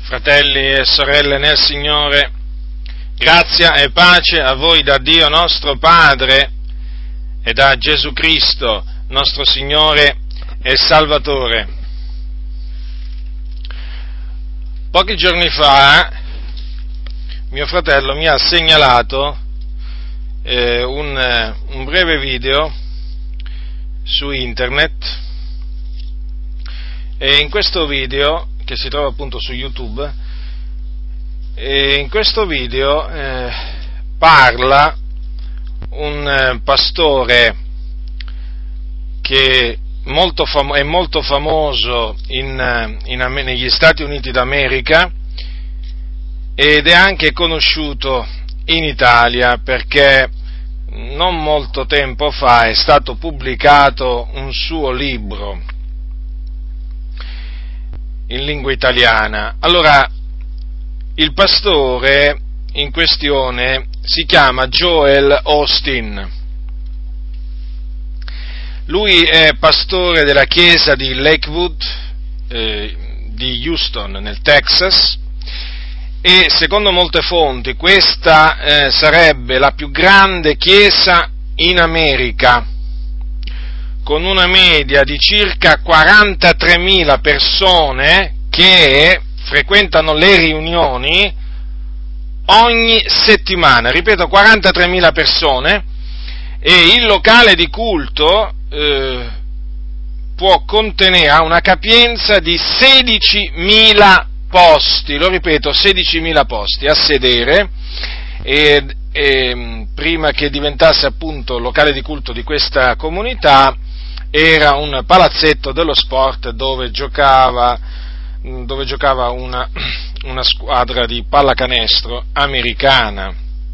Fratelli e sorelle nel Signore, grazia e pace a voi da Dio nostro Padre e da Gesù Cristo, nostro Signore e Salvatore. Pochi giorni fa mio fratello mi ha segnalato un breve video su internet, e in questo video, che si trova appunto su YouTube, e in questo video parla un pastore che è molto famoso negli Stati Uniti d'America, ed è anche conosciuto in Italia perché non molto tempo fa è stato pubblicato un suo libro in lingua italiana. Allora, il pastore in questione si chiama Joel Osteen. Lui è pastore della chiesa di Lakewood di Houston, nel Texas, e secondo molte fonti questa sarebbe la più grande chiesa in America, con una media di circa 43.000 persone che frequentano le riunioni ogni settimana. Ripeto, 43.000 persone, e il locale di culto ha una capienza di 16.000 posti, lo ripeto, 16.000 posti a sedere, e prima che diventasse appunto locale di culto di questa comunità era un palazzetto dello sport dove giocava una squadra di pallacanestro americana.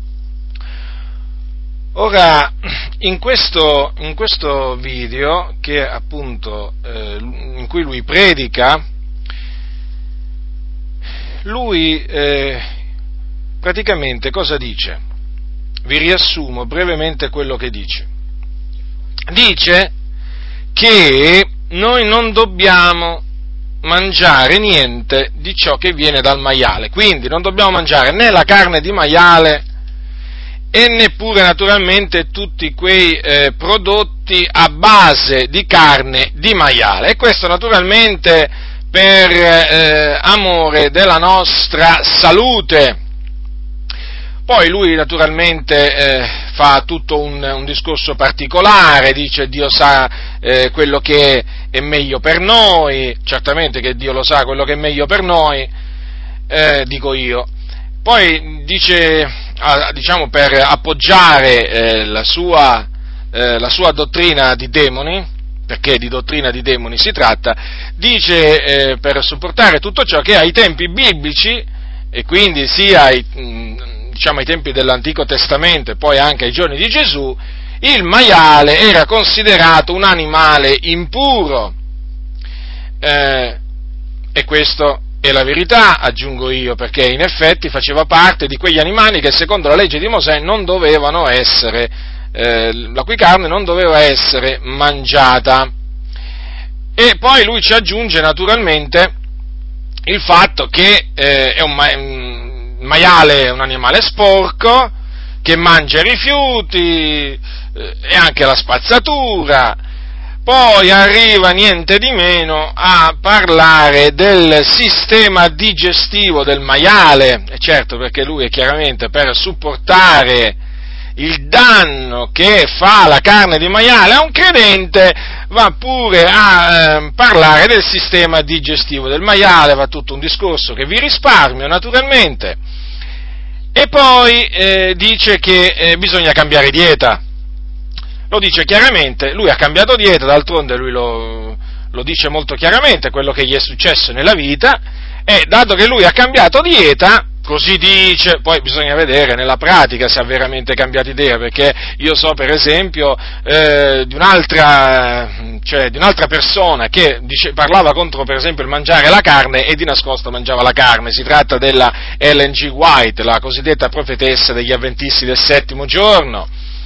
Ora, in questo video, che appunto in cui lui predica, lui praticamente cosa dice? Vi riassumo brevemente quello che dice. Dice che noi non dobbiamo mangiare niente di ciò che viene dal maiale, quindi non dobbiamo mangiare né la carne di maiale e neppure naturalmente tutti quei prodotti a base di carne di maiale, e questo naturalmente per amore della nostra salute. Poi lui naturalmente fa tutto un discorso particolare, dice Dio sa quello che è meglio per noi, certamente che Dio lo sa quello che è meglio per noi, dico io. Poi dice, diciamo, per appoggiare la sua dottrina di demoni, perché di dottrina di demoni si tratta, dice per supportare tutto ciò che ai tempi biblici, e quindi sia ai tempi dell'Antico Testamento e poi anche ai giorni di Gesù, il maiale era considerato un animale impuro, e questo è la verità, aggiungo io, perché in effetti faceva parte di quegli animali che secondo la legge di Mosè non dovevano essere, la cui carne non doveva essere mangiata. E poi lui ci aggiunge naturalmente il fatto che il maiale è un animale sporco, che mangia rifiuti e anche la spazzatura. Poi arriva niente di meno a parlare del sistema digestivo del maiale, e certo, perché lui è chiaramente per supportare il danno che fa la carne di maiale a un credente, va pure a parlare del sistema digestivo del maiale, va tutto un discorso che vi risparmio naturalmente, e poi dice che bisogna cambiare dieta. Lo dice chiaramente, lui ha cambiato dieta, d'altronde lui lo dice molto chiaramente quello che gli è successo nella vita, e dato che lui ha cambiato dieta, così dice, poi bisogna vedere nella pratica se ha veramente cambiato idea, perché io so per esempio di un'altra persona che parlava contro per esempio il mangiare la carne e di nascosto mangiava la carne. Si tratta della Ellen G. White, la cosiddetta profetessa degli avventisti del settimo giorno.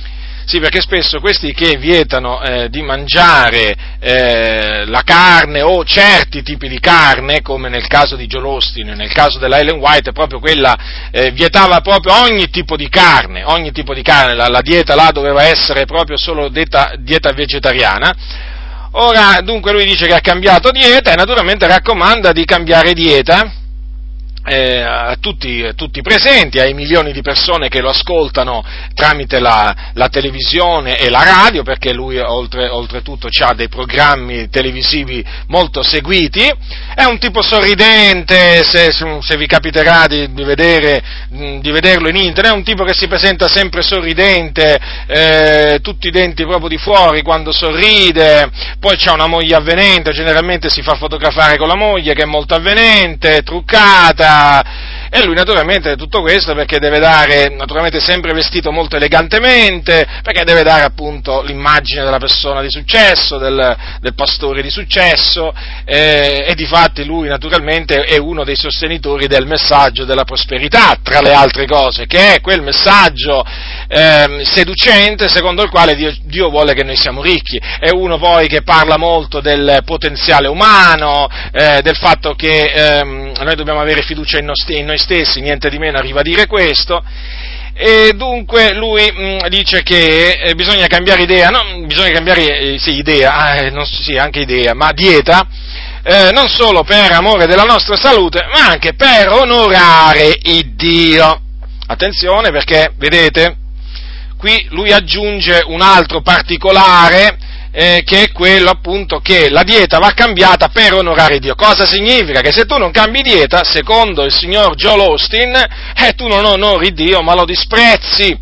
Sì, perché spesso questi che vietano di mangiare la carne o certi tipi di carne, come nel caso di Joel Osteen, nel caso della Ellen White, proprio quella vietava proprio ogni tipo di carne, la dieta là doveva essere proprio solo dieta vegetariana. Ora, dunque, lui dice che ha cambiato dieta e naturalmente raccomanda di cambiare dieta a tutti i presenti, ai milioni di persone che lo ascoltano tramite la televisione e la radio, perché lui oltretutto ha dei programmi televisivi molto seguiti. È un tipo sorridente, se vi capiterà di vederlo in internet, è un tipo che si presenta sempre sorridente, tutti i denti proprio di fuori quando sorride. Poi c'ha una moglie avvenente, generalmente si fa fotografare con la moglie che è molto avvenente, truccata. E lui naturalmente tutto questo perché deve dare, naturalmente sempre vestito molto elegantemente, perché deve dare appunto l'immagine della persona di successo, del pastore di successo, e difatti lui naturalmente è uno dei sostenitori del messaggio della prosperità, tra le altre cose, che è quel messaggio seducente secondo il quale Dio vuole che noi siamo ricchi. È uno poi che parla molto del potenziale umano, del fatto che noi dobbiamo avere fiducia in noi stessi, niente di meno arriva a dire questo. E dunque lui dice che bisogna cambiare idea, anche idea, ma dieta, non solo per amore della nostra salute, ma anche per onorare il Dio. Attenzione, perché, vedete, qui lui aggiunge un altro particolare, che è quello appunto che la dieta va cambiata per onorare Dio. Cosa significa? Che se tu non cambi dieta, secondo il signor Joel Osteen, tu non onori Dio, ma lo disprezzi.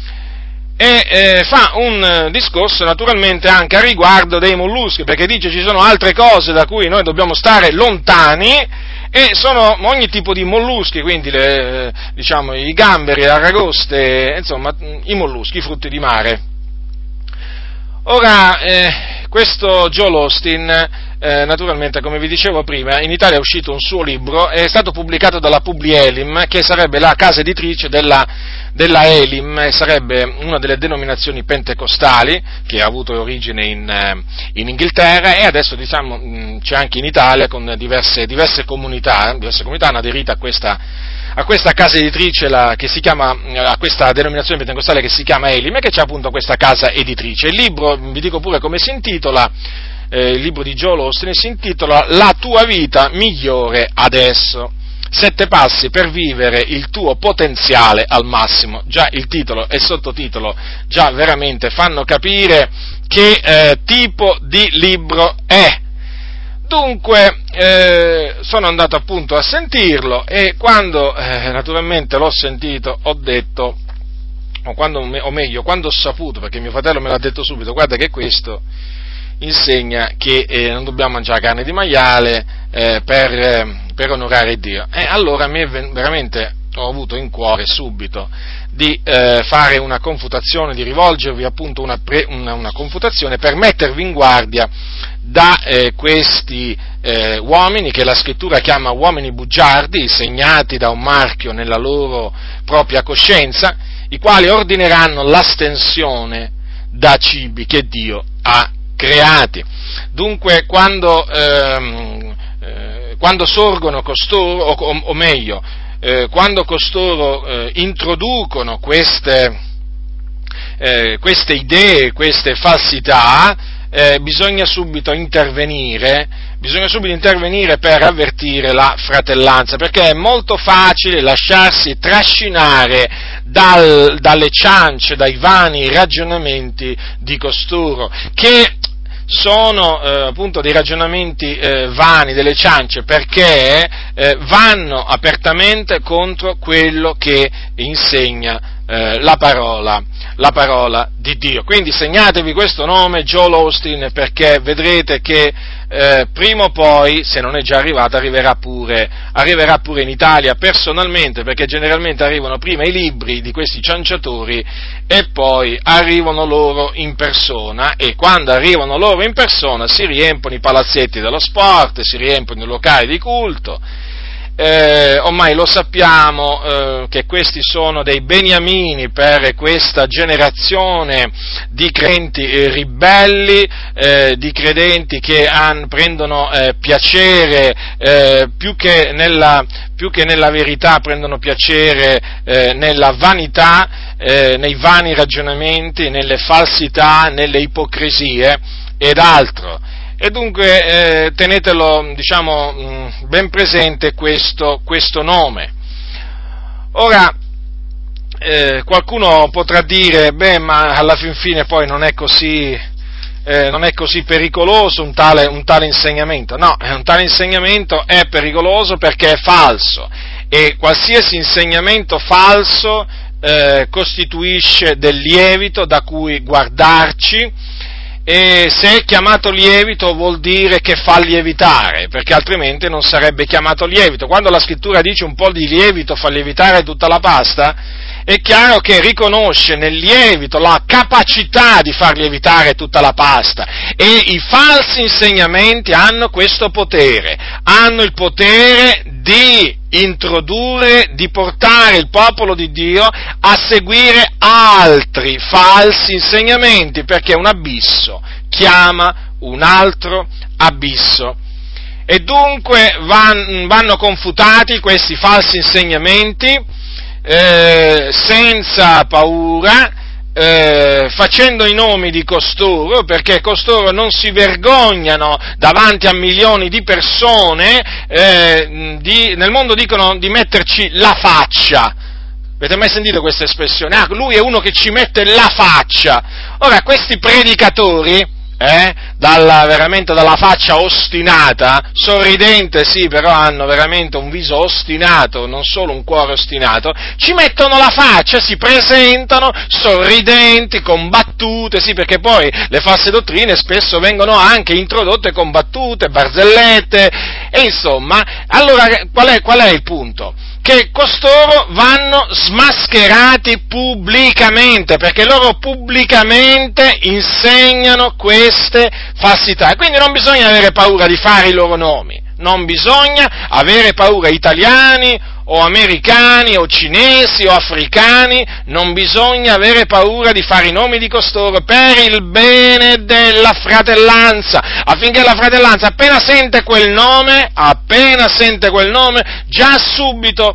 E fa un discorso naturalmente anche a riguardo dei molluschi, perché dice ci sono altre cose da cui noi dobbiamo stare lontani, e sono ogni tipo di molluschi, quindi i gamberi, le aragoste, insomma i molluschi, i frutti di mare. Ora, questo Joel Osteen, naturalmente, come vi dicevo prima, in Italia è uscito un suo libro, è stato pubblicato dalla Publi-Elim, che sarebbe la casa editrice della Elim, sarebbe una delle denominazioni pentecostali, che ha avuto origine in Inghilterra, e adesso c'è anche in Italia, con diverse comunità hanno aderito a questa casa editrice che si chiama, a questa denominazione pentecostale che si chiama Elim, e che c'è appunto questa casa editrice. Il libro, vi dico pure come si intitola, il libro di Joel Osteen si intitola La tua vita migliore adesso. 7 passi per vivere il tuo potenziale al massimo. Già il titolo e il sottotitolo già veramente fanno capire che tipo di libro è. Dunque, sono andato appunto a sentirlo, e quando naturalmente l'ho sentito ho detto, quando ho saputo, perché mio fratello me l'ha detto subito, guarda che questo insegna che non dobbiamo mangiare carne di maiale per onorare Dio. E allora veramente ho avuto in cuore subito di fare una confutazione, di rivolgervi appunto una confutazione per mettervi in guardia da questi uomini che la scrittura chiama uomini bugiardi, segnati da un marchio nella loro propria coscienza, i quali ordineranno l'astensione da cibi che Dio ha creati. Dunque, quando sorgono costoro, o meglio, quando costoro introducono queste idee, queste falsità, bisogna subito intervenire per avvertire la fratellanza, perché è molto facile lasciarsi trascinare dalle ciance, dai vani ragionamenti di costoro, che sono appunto dei ragionamenti vani, delle ciance, perché vanno apertamente contro quello che insegna la parola di Dio. Quindi segnatevi questo nome, Joel Osteen, perché vedrete che prima o poi, se non è già arrivato, arriverà pure in Italia personalmente, perché generalmente arrivano prima i libri di questi cianciatori e poi arrivano loro in persona, e quando arrivano loro in persona si riempiono i palazzetti dello sport, si riempiono i locali di culto, ormai lo sappiamo che questi sono dei beniamini per questa generazione di credenti ribelli, di credenti che prendono piacere più che nella verità, prendono piacere nella vanità, nei vani ragionamenti, nelle falsità, nelle ipocrisie ed altro. E dunque tenetelo, ben presente questo nome. Ora, qualcuno potrà dire, ma alla fin fine poi non è così pericoloso un tale insegnamento. No, un tale insegnamento è pericoloso perché è falso, e qualsiasi insegnamento falso costituisce del lievito da cui guardarci. E se è chiamato lievito vuol dire che fa lievitare, perché altrimenti non sarebbe chiamato lievito. Quando la scrittura dice un po' di lievito fa lievitare tutta la pasta, è chiaro che riconosce nel lievito la capacità di far lievitare tutta la pasta, e i falsi insegnamenti hanno questo potere, hanno il potere di introdurre, di portare il popolo di Dio a seguire altri falsi insegnamenti, perché un abisso chiama un altro abisso. E dunque vanno confutati questi falsi insegnamenti senza paura, facendo i nomi di costoro, perché costoro non si vergognano davanti a milioni di persone, nel mondo dicono di metterci la faccia. Avete mai sentito questa espressione? Lui è uno che ci mette la faccia. Ora, questi predicatori, veramente dalla faccia ostinata, sorridente sì, però hanno veramente un viso ostinato, non solo un cuore ostinato, ci mettono la faccia, si presentano sorridenti, combattute, sì, perché poi le false dottrine spesso vengono anche introdotte con battute, barzellette, e insomma, allora qual è il punto? Che costoro vanno smascherati pubblicamente, perché loro pubblicamente insegnano queste falsità, quindi non bisogna avere paura di fare i loro nomi, non bisogna avere paura, italiani o americani o cinesi o africani, non bisogna avere paura di fare i nomi di costoro per il bene della fratellanza, affinché la fratellanza appena sente quel nome, già subito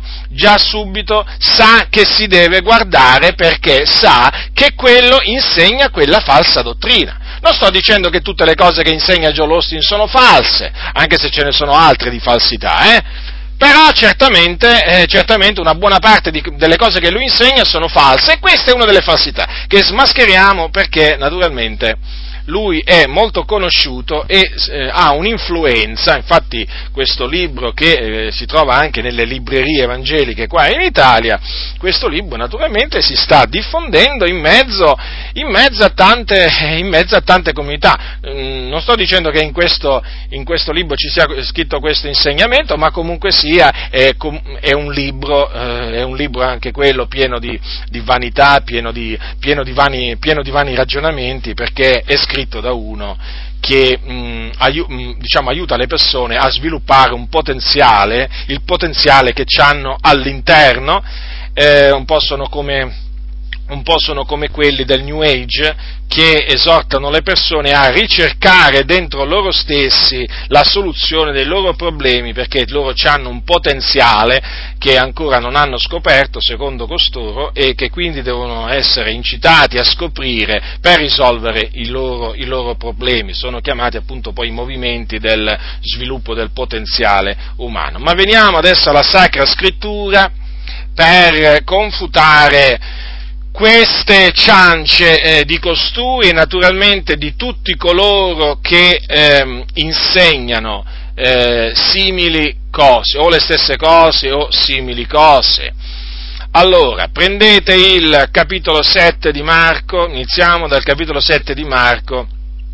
sa che si deve guardare, perché sa che quello insegna quella falsa dottrina. Non sto dicendo che tutte le cose che insegna Joel Osteen sono false, anche se ce ne sono altre di falsità, però certamente una buona parte delle cose che lui insegna sono false, e questa è una delle falsità che smascheriamo, perché naturalmente lui è molto conosciuto e ha un'influenza. Infatti questo libro, che si trova anche nelle librerie evangeliche qua in Italia, questo libro naturalmente si sta diffondendo in mezzo a tante comunità. Non sto dicendo che in questo libro ci sia scritto questo insegnamento, ma comunque sia è un libro anche quello pieno di vanità, pieno di vani ragionamenti, perché è scritto da uno che aiuta le persone a sviluppare il potenziale che hanno all'interno. Un po' sono come quelli del New Age, che esortano le persone a ricercare dentro loro stessi la soluzione dei loro problemi, perché loro hanno un potenziale che ancora non hanno scoperto, secondo costoro, e che quindi devono essere incitati a scoprire per risolvere i loro problemi. Sono chiamati appunto poi i movimenti del sviluppo del potenziale umano. Ma veniamo adesso alla Sacra Scrittura per confutare queste ciance di costui, e naturalmente di tutti coloro che insegnano simili cose, o le stesse cose o simili cose. Allora, prendete il capitolo 7 di Marco, iniziamo dal capitolo 7 di Marco,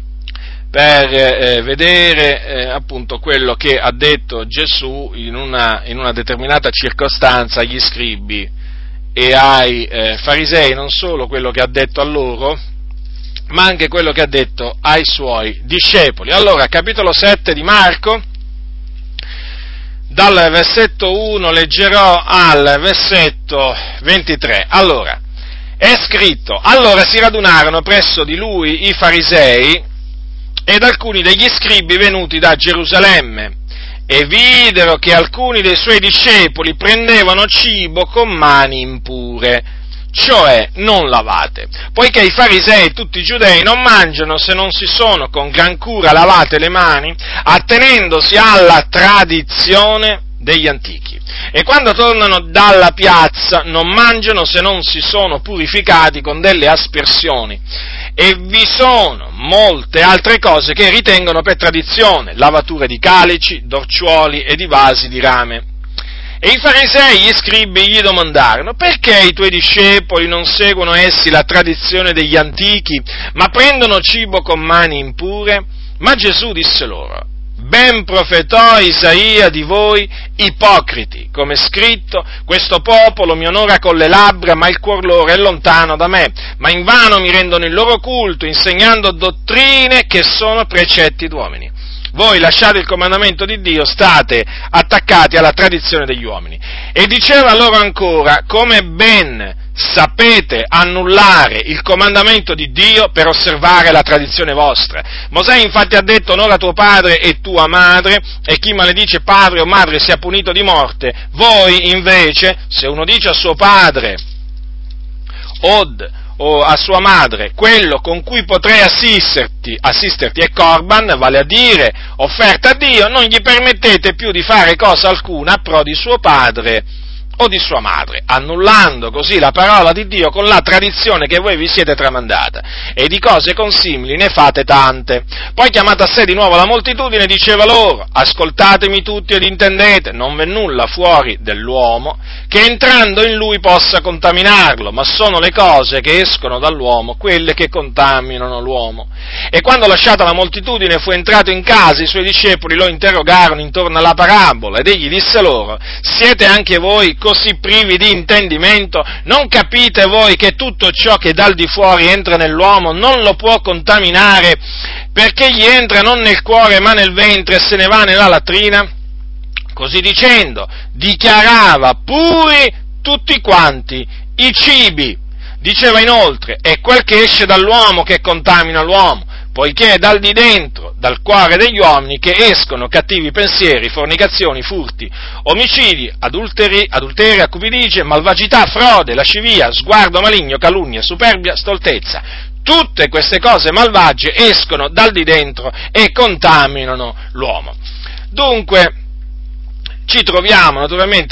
per vedere appunto quello che ha detto Gesù in una determinata circostanza agli scribi e ai farisei, non solo quello che ha detto a loro, ma anche quello che ha detto ai suoi discepoli. Allora, capitolo 7 di Marco, dal versetto 1 leggerò al versetto 23. Allora, è scritto: allora si radunarono presso di lui i farisei ed alcuni degli scribi venuti da Gerusalemme, e videro che alcuni dei suoi discepoli prendevano cibo con mani impure, cioè non lavate, poiché i farisei e tutti i giudei non mangiano se non si sono con gran cura lavate le mani, attenendosi alla tradizione degli antichi. E quando tornano dalla piazza non mangiano se non si sono purificati con delle aspersioni. E vi sono molte altre cose che ritengono per tradizione, lavature di calici, d'orciuoli e di vasi di rame. E i farisei e gli scribi gli domandarono: perché i tuoi discepoli non seguono essi la tradizione degli antichi, ma prendono cibo con mani impure? Ma Gesù disse loro: ben profetò Isaia di voi, ipocriti, come è scritto: questo popolo mi onora con le labbra, ma il cuor loro è lontano da me, ma invano mi rendono il loro culto, insegnando dottrine che sono precetti d'uomini. Voi lasciate il comandamento di Dio, state attaccati alla tradizione degli uomini. E diceva loro ancora: come ben sapete annullare il comandamento di Dio per osservare la tradizione vostra. Mosè infatti ha detto: onora tuo padre e tua madre, e chi maledice padre o madre sia punito di morte. Voi invece, se uno dice a suo padre o a sua madre: quello con cui potrei assisterti è Corban, vale a dire offerta a Dio, non gli permettete più di fare cosa alcuna a pro di suo padre o di sua madre, annullando così la parola di Dio con la tradizione che voi vi siete tramandata, e di cose consimili ne fate tante. Poi, chiamata a sé di nuovo la moltitudine, diceva loro: ascoltatemi tutti ed intendete, non v'è nulla fuori dell'uomo che entrando in lui possa contaminarlo, ma sono le cose che escono dall'uomo quelle che contaminano l'uomo. E quando, lasciata la moltitudine, fu entrato in casa, i suoi discepoli lo interrogarono intorno alla parabola, ed egli disse loro: siete anche voi così privi di intendimento? Non capite voi che tutto ciò che dal di fuori entra nell'uomo non lo può contaminare, perché gli entra non nel cuore ma nel ventre e se ne va nella latrina? Così dicendo, dichiarava puri tutti quanti i cibi. Diceva inoltre: è quel che esce dall'uomo che contamina l'uomo, poiché è dal di dentro, dal cuore degli uomini, che escono cattivi pensieri, fornicazioni, furti, omicidi, adulteri, cupidigie, malvagità, frode, lascivia, sguardo maligno, calunnia, superbia, stoltezza. Tutte queste cose malvagie escono dal di dentro e contaminano l'uomo. Dunque, ci troviamo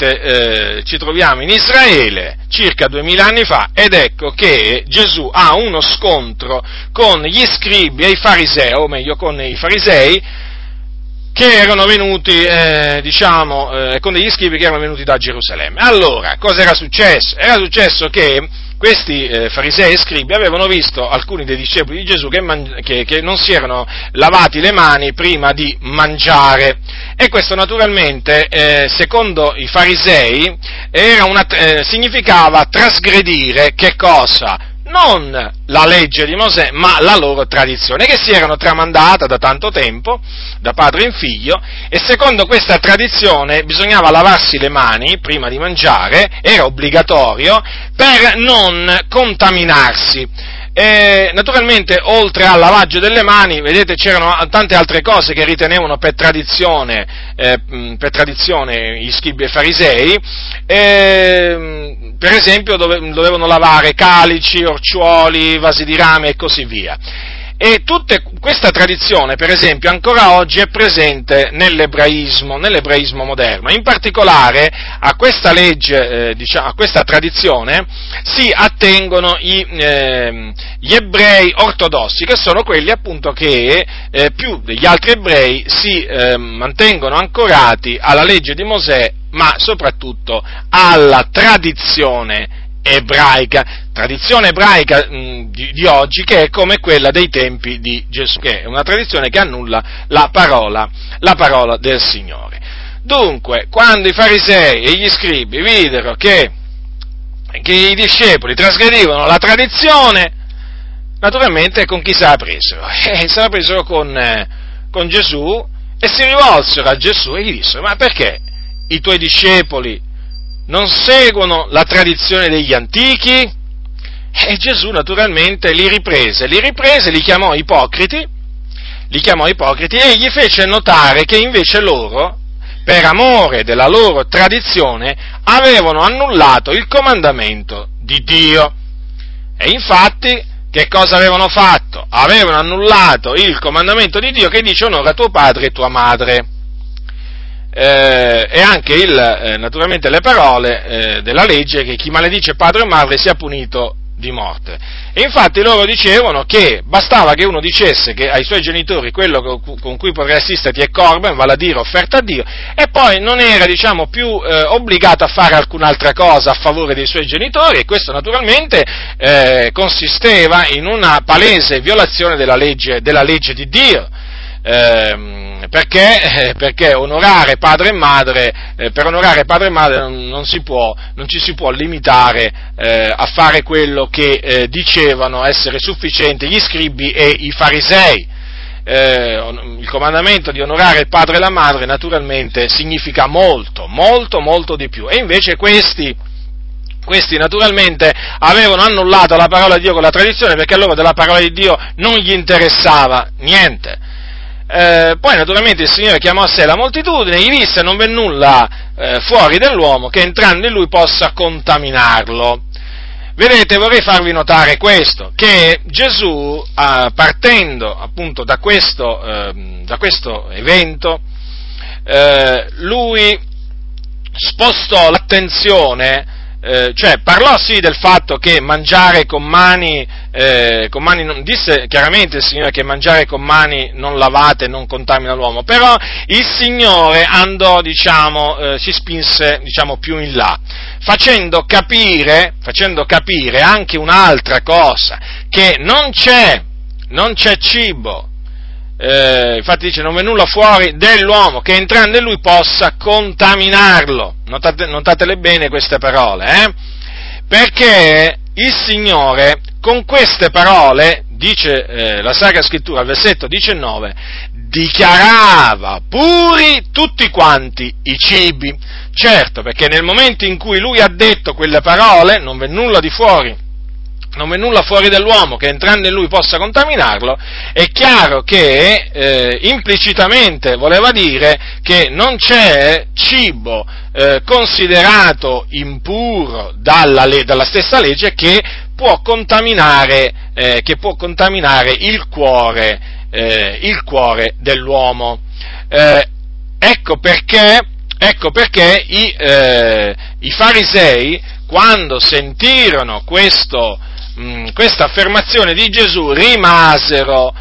in Israele circa 2000 anni fa, ed ecco che Gesù ha uno scontro con gli scribi e i farisei, o meglio con i farisei che erano venuti, con degli scribi che erano venuti da Gerusalemme. Allora, cosa era successo? Era successo che questi farisei e scribi avevano visto alcuni dei discepoli di Gesù che non si erano lavati le mani prima di mangiare, e questo naturalmente, secondo i farisei, significava trasgredire che cosa? Non la legge di Mosè, ma la loro tradizione, che si erano tramandata da tanto tempo, da padre in figlio, e secondo questa tradizione bisognava lavarsi le mani prima di mangiare, era obbligatorio, per non contaminarsi. Naturalmente, oltre al lavaggio delle mani, vedete, c'erano tante altre cose che ritenevano per tradizione gli scribi e farisei. Per esempio dovevano lavare calici, orciuoli, vasi di rame e così via. E tutta questa tradizione, per esempio, ancora oggi è presente nell'ebraismo moderno. In particolare a questa legge, a questa tradizione, si attengono gli ebrei ortodossi, che sono quelli appunto che più degli altri ebrei si mantengono ancorati alla legge di Mosè, ma soprattutto alla tradizione ebraica di oggi, che è come quella dei tempi di Gesù, che è una tradizione che annulla la parola del Signore. Dunque, quando i farisei e gli scribi videro che i discepoli trasgredivano la tradizione, naturalmente con chi se la presero? Se la presero con Gesù, e si rivolsero a Gesù e gli dissero: ma perché i tuoi discepoli non seguono la tradizione degli antichi? E Gesù naturalmente li riprese, li chiamò ipocriti e gli fece notare che invece loro, per amore della loro tradizione, avevano annullato il comandamento di Dio. E infatti, che cosa avevano fatto? Avevano annullato il comandamento di Dio che dice: onora tuo padre e tua madre. E anche naturalmente le parole della legge, che chi maledice padre o madre sia punito di morte. E infatti loro dicevano che bastava che uno dicesse che ai suoi genitori quello con cui potrei assisterti è corban, vale a dire offerta a Dio, e poi non era, più obbligato a fare alcun'altra cosa a favore dei suoi genitori, e questo naturalmente consisteva in una palese violazione della legge di Dio. Perché onorare padre e madre, per onorare padre e madre non ci si può limitare a fare quello che dicevano essere sufficiente gli scribi e i farisei. Il comandamento di onorare il padre e la madre naturalmente significa molto, molto, molto di più, e invece questi naturalmente avevano annullato la parola di Dio con la tradizione, perché a loro della parola di Dio non gli interessava niente. Poi naturalmente il Signore chiamò a sé la moltitudine, gli disse: non v'è nulla fuori dell'uomo che entrando in lui possa contaminarlo. Vedete, vorrei farvi notare questo, che Gesù, partendo appunto da questo evento, lui spostò l'attenzione, cioè parlò sì del fatto che mangiare con mani disse chiaramente il Signore che mangiare con mani non lavate non contamina l'uomo, però il Signore andò, si spinse, più in là, facendo capire anche un'altra cosa, che non c'è cibo, infatti dice: non v'è nulla fuori dell'uomo che entrando in lui possa contaminarlo. Notatele bene queste parole, perché il Signore con queste parole, dice la Sacra Scrittura al versetto 19, dichiarava puri tutti quanti i cibi. Certo, perché nel momento in cui lui ha detto quelle parole: non v'è nulla fuori dell'uomo che entrando in lui possa contaminarlo, è chiaro che implicitamente voleva dire che non c'è cibo considerato impuro dalla stessa legge che può contaminare il cuore dell'uomo. Ecco perché i farisei, quando sentirono questa affermazione di Gesù, rimasero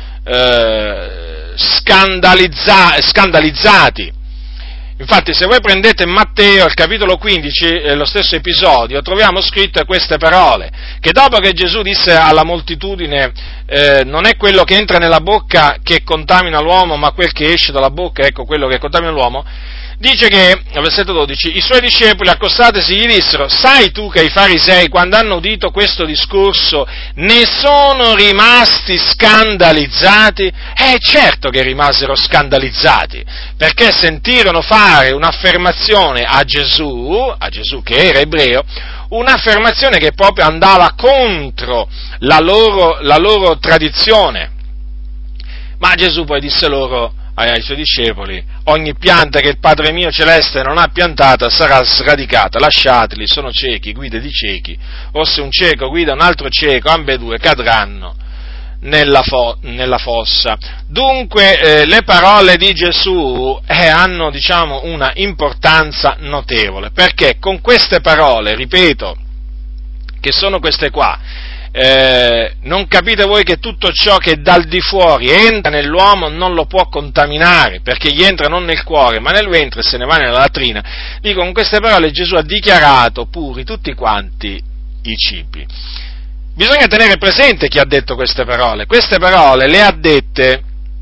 scandalizzati. Infatti, se voi prendete Matteo, al capitolo 15, lo stesso episodio, troviamo scritte queste parole, che dopo che Gesù disse alla moltitudine: non è quello che entra nella bocca che contamina l'uomo, ma quel che esce dalla bocca, ecco quello che contamina l'uomo, dice che, al versetto 12, i suoi discepoli accostatisi gli dissero: sai tu che i farisei, quando hanno udito questo discorso, ne sono rimasti scandalizzati? Certo che rimasero scandalizzati, perché sentirono fare un'affermazione a Gesù che era ebreo, un'affermazione che proprio andava contro la loro tradizione. Ma Gesù poi disse loro, ai suoi discepoli: ogni pianta che il Padre mio celeste non ha piantata sarà sradicata, lasciateli, sono ciechi, guide di ciechi, o se un cieco guida un altro cieco, ambedue cadranno nella fossa. Dunque le parole di Gesù hanno, una importanza notevole, perché con queste parole, ripeto, che sono queste qua, non capite voi che tutto ciò che dal di fuori entra nell'uomo non lo può contaminare, perché gli entra non nel cuore ma nel ventre e se ne va nella latrina? Dico, con queste parole Gesù ha dichiarato puri tutti quanti i cibi. Bisogna tenere presente chi ha detto queste parole le ha dette,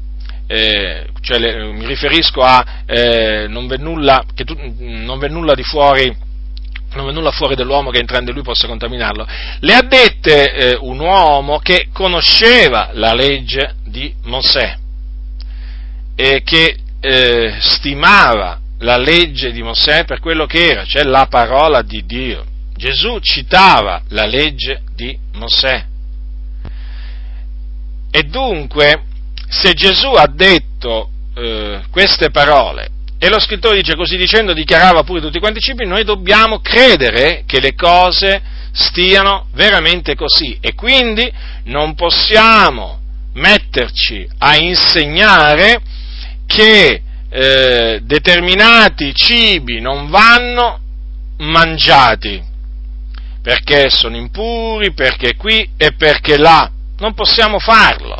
mi riferisco a non v'è nulla fuori dell'uomo che entrando in lui possa contaminarlo, le ha dette un uomo che conosceva la legge di Mosè e che stimava la legge di Mosè per quello che era, cioè la parola di Dio. Gesù citava la legge di Mosè. E dunque, se Gesù ha detto queste parole, e lo scrittore dice così dicendo dichiarava pure tutti quanti i cibi, noi dobbiamo credere che le cose stiano veramente così, e quindi non possiamo metterci a insegnare che determinati cibi non vanno mangiati perché sono impuri, perché qui e perché là. Non possiamo farlo.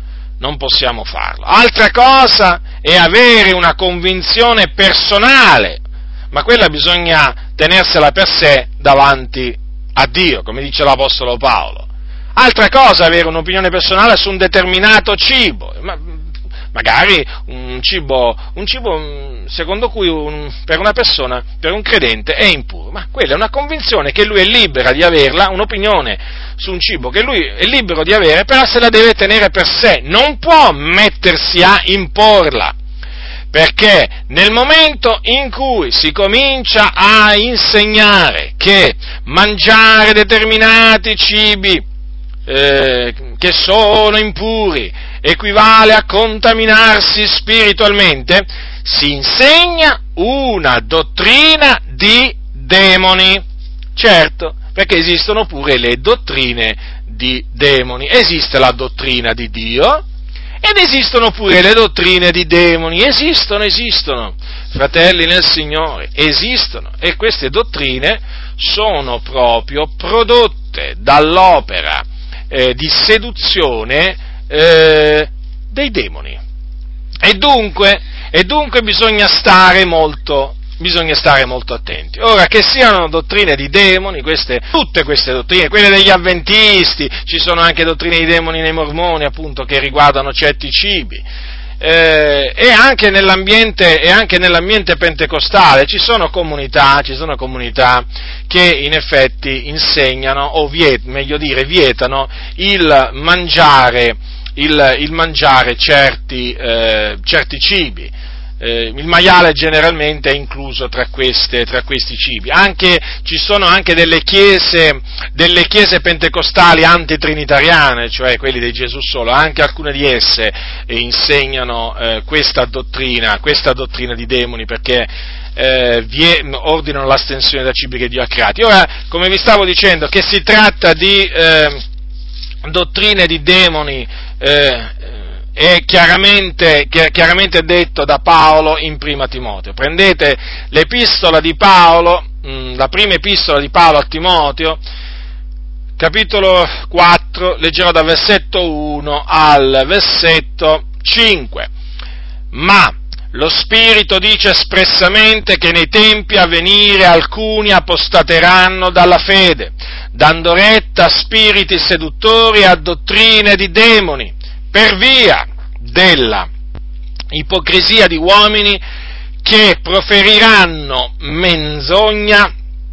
Altra cosa è avere una convinzione personale, ma quella bisogna tenersela per sé davanti a Dio, come dice l'Apostolo Paolo. Altra cosa è avere un'opinione personale su un determinato cibo, magari un cibo secondo cui per una persona, per un credente, è impuro, ma quella è una convinzione che lui è libera di averla, un'opinione su un cibo che lui è libero di avere, però se la deve tenere per sé, non può mettersi a imporla, perché nel momento in cui si comincia a insegnare che mangiare determinati cibi che sono impuri equivale a contaminarsi spiritualmente, si insegna una dottrina di demoni. Certo, perché esistono pure le dottrine di demoni. Esiste la dottrina di Dio ed esistono pure le dottrine di demoni. Esistono, fratelli nel Signore, esistono, e queste dottrine sono proprio prodotte dall'opera di seduzione dei demoni. E dunque bisogna stare molto attenti. Ora, che siano dottrine di demoni, tutte queste dottrine, quelle degli avventisti, ci sono anche dottrine di demoni nei mormoni, appunto, che riguardano certi cibi, e anche nell'ambiente pentecostale ci sono comunità che in effetti insegnano, o vietano il mangiare certi cibi. Il maiale generalmente è incluso tra questi cibi. Ci sono anche delle chiese pentecostali antitrinitariane, cioè quelli di Gesù solo, anche alcune di esse insegnano questa dottrina di demoni, perché ordinano l'astensione da cibi che Dio ha creati. Ora, come vi stavo dicendo, che si tratta di dottrine di demoni, è chiaramente detto da Paolo in Prima Timoteo. Prendete l'epistola di Paolo, la prima epistola di Paolo a Timoteo, capitolo 4, leggerò dal versetto 1 al versetto 5. Ma lo Spirito dice espressamente che nei tempi a venire alcuni apostateranno dalla fede, dando retta a spiriti seduttori e a dottrine di demoni, per via della ipocrisia di uomini che proferiranno menzogna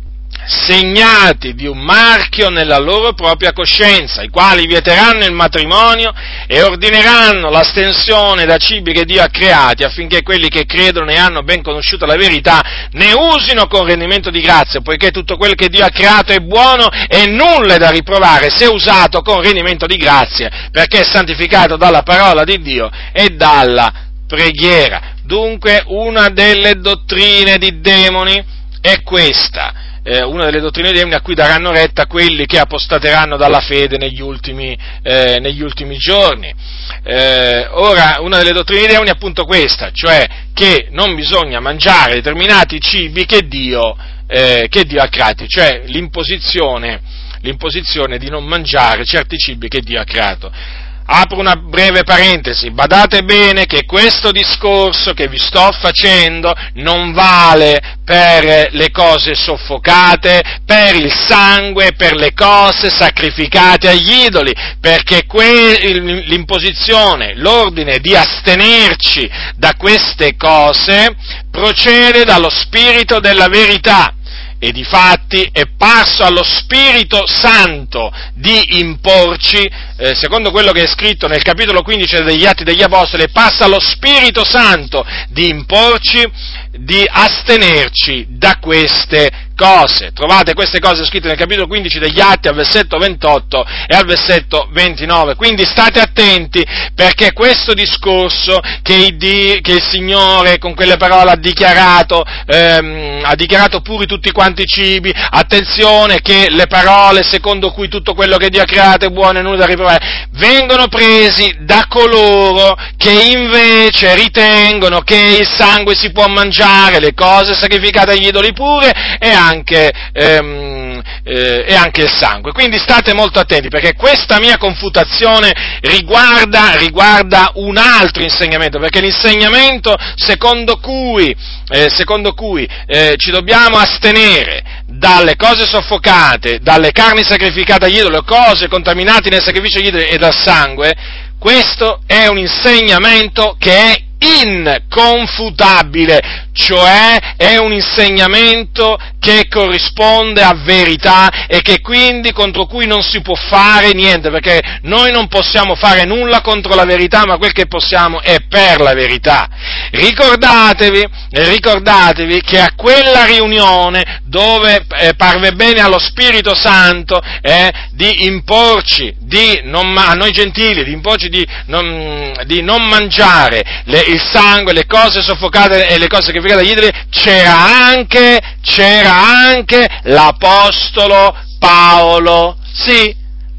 segnati di un marchio nella loro propria coscienza, i quali vieteranno il matrimonio e ordineranno l'astensione da cibi che Dio ha creati, affinché quelli che credono e hanno ben conosciuto la verità ne usino con rendimento di grazia, poiché tutto quello che Dio ha creato è buono e nulla è da riprovare se usato con rendimento di grazia, perché è santificato dalla parola di Dio e dalla preghiera. Dunque, una delle dottrine di demoni è questa. Una delle dottrine dei demoni a cui daranno retta quelli che apostateranno dalla fede negli ultimi giorni. Ora, una delle dottrine dei demoni è appunto questa, cioè che non bisogna mangiare determinati cibi che Dio ha creati, cioè l'imposizione di non mangiare certi cibi che Dio ha creato. Apro una breve parentesi, badate bene che questo discorso che vi sto facendo non vale per le cose soffocate, per il sangue, per le cose sacrificate agli idoli, perché l'imposizione, l'ordine di astenerci da queste cose procede dallo Spirito della verità. E difatti è parso allo Spirito Santo di imporci, secondo quello che è scritto nel capitolo 15 degli Atti degli Apostoli, è parso allo Spirito Santo di imporci di astenerci da queste cose. Trovate queste cose scritte nel capitolo 15 degli Atti al versetto 28 e al versetto 29. Quindi state attenti, perché questo discorso che il Signore con quelle parole ha dichiarato puri tutti quanti i cibi, attenzione che le parole secondo cui tutto quello che Dio ha creato è buono e nulla da riprovare, vengono presi da coloro che invece ritengono che il sangue si può mangiare, le cose sacrificate agli idoli pure e anche il sangue. Quindi state molto attenti, perché questa mia confutazione riguarda un altro insegnamento, perché l'insegnamento secondo cui ci dobbiamo astenere dalle cose soffocate, dalle carni sacrificate agli idoli, cose contaminate nel sacrificio agli idoli e dal sangue, questo è un insegnamento che è inconfutabile, cioè è un insegnamento che corrisponde a verità e che quindi contro cui non si può fare niente, perché noi non possiamo fare nulla contro la verità, ma quel che possiamo è per la verità. Ricordatevi che a quella riunione dove parve bene allo Spirito Santo di imporci a noi gentili, di imporci di non mangiare il sangue, le cose soffocate e le cose sacrificate agli idoli, c'era anche l'Apostolo Paolo. Sì,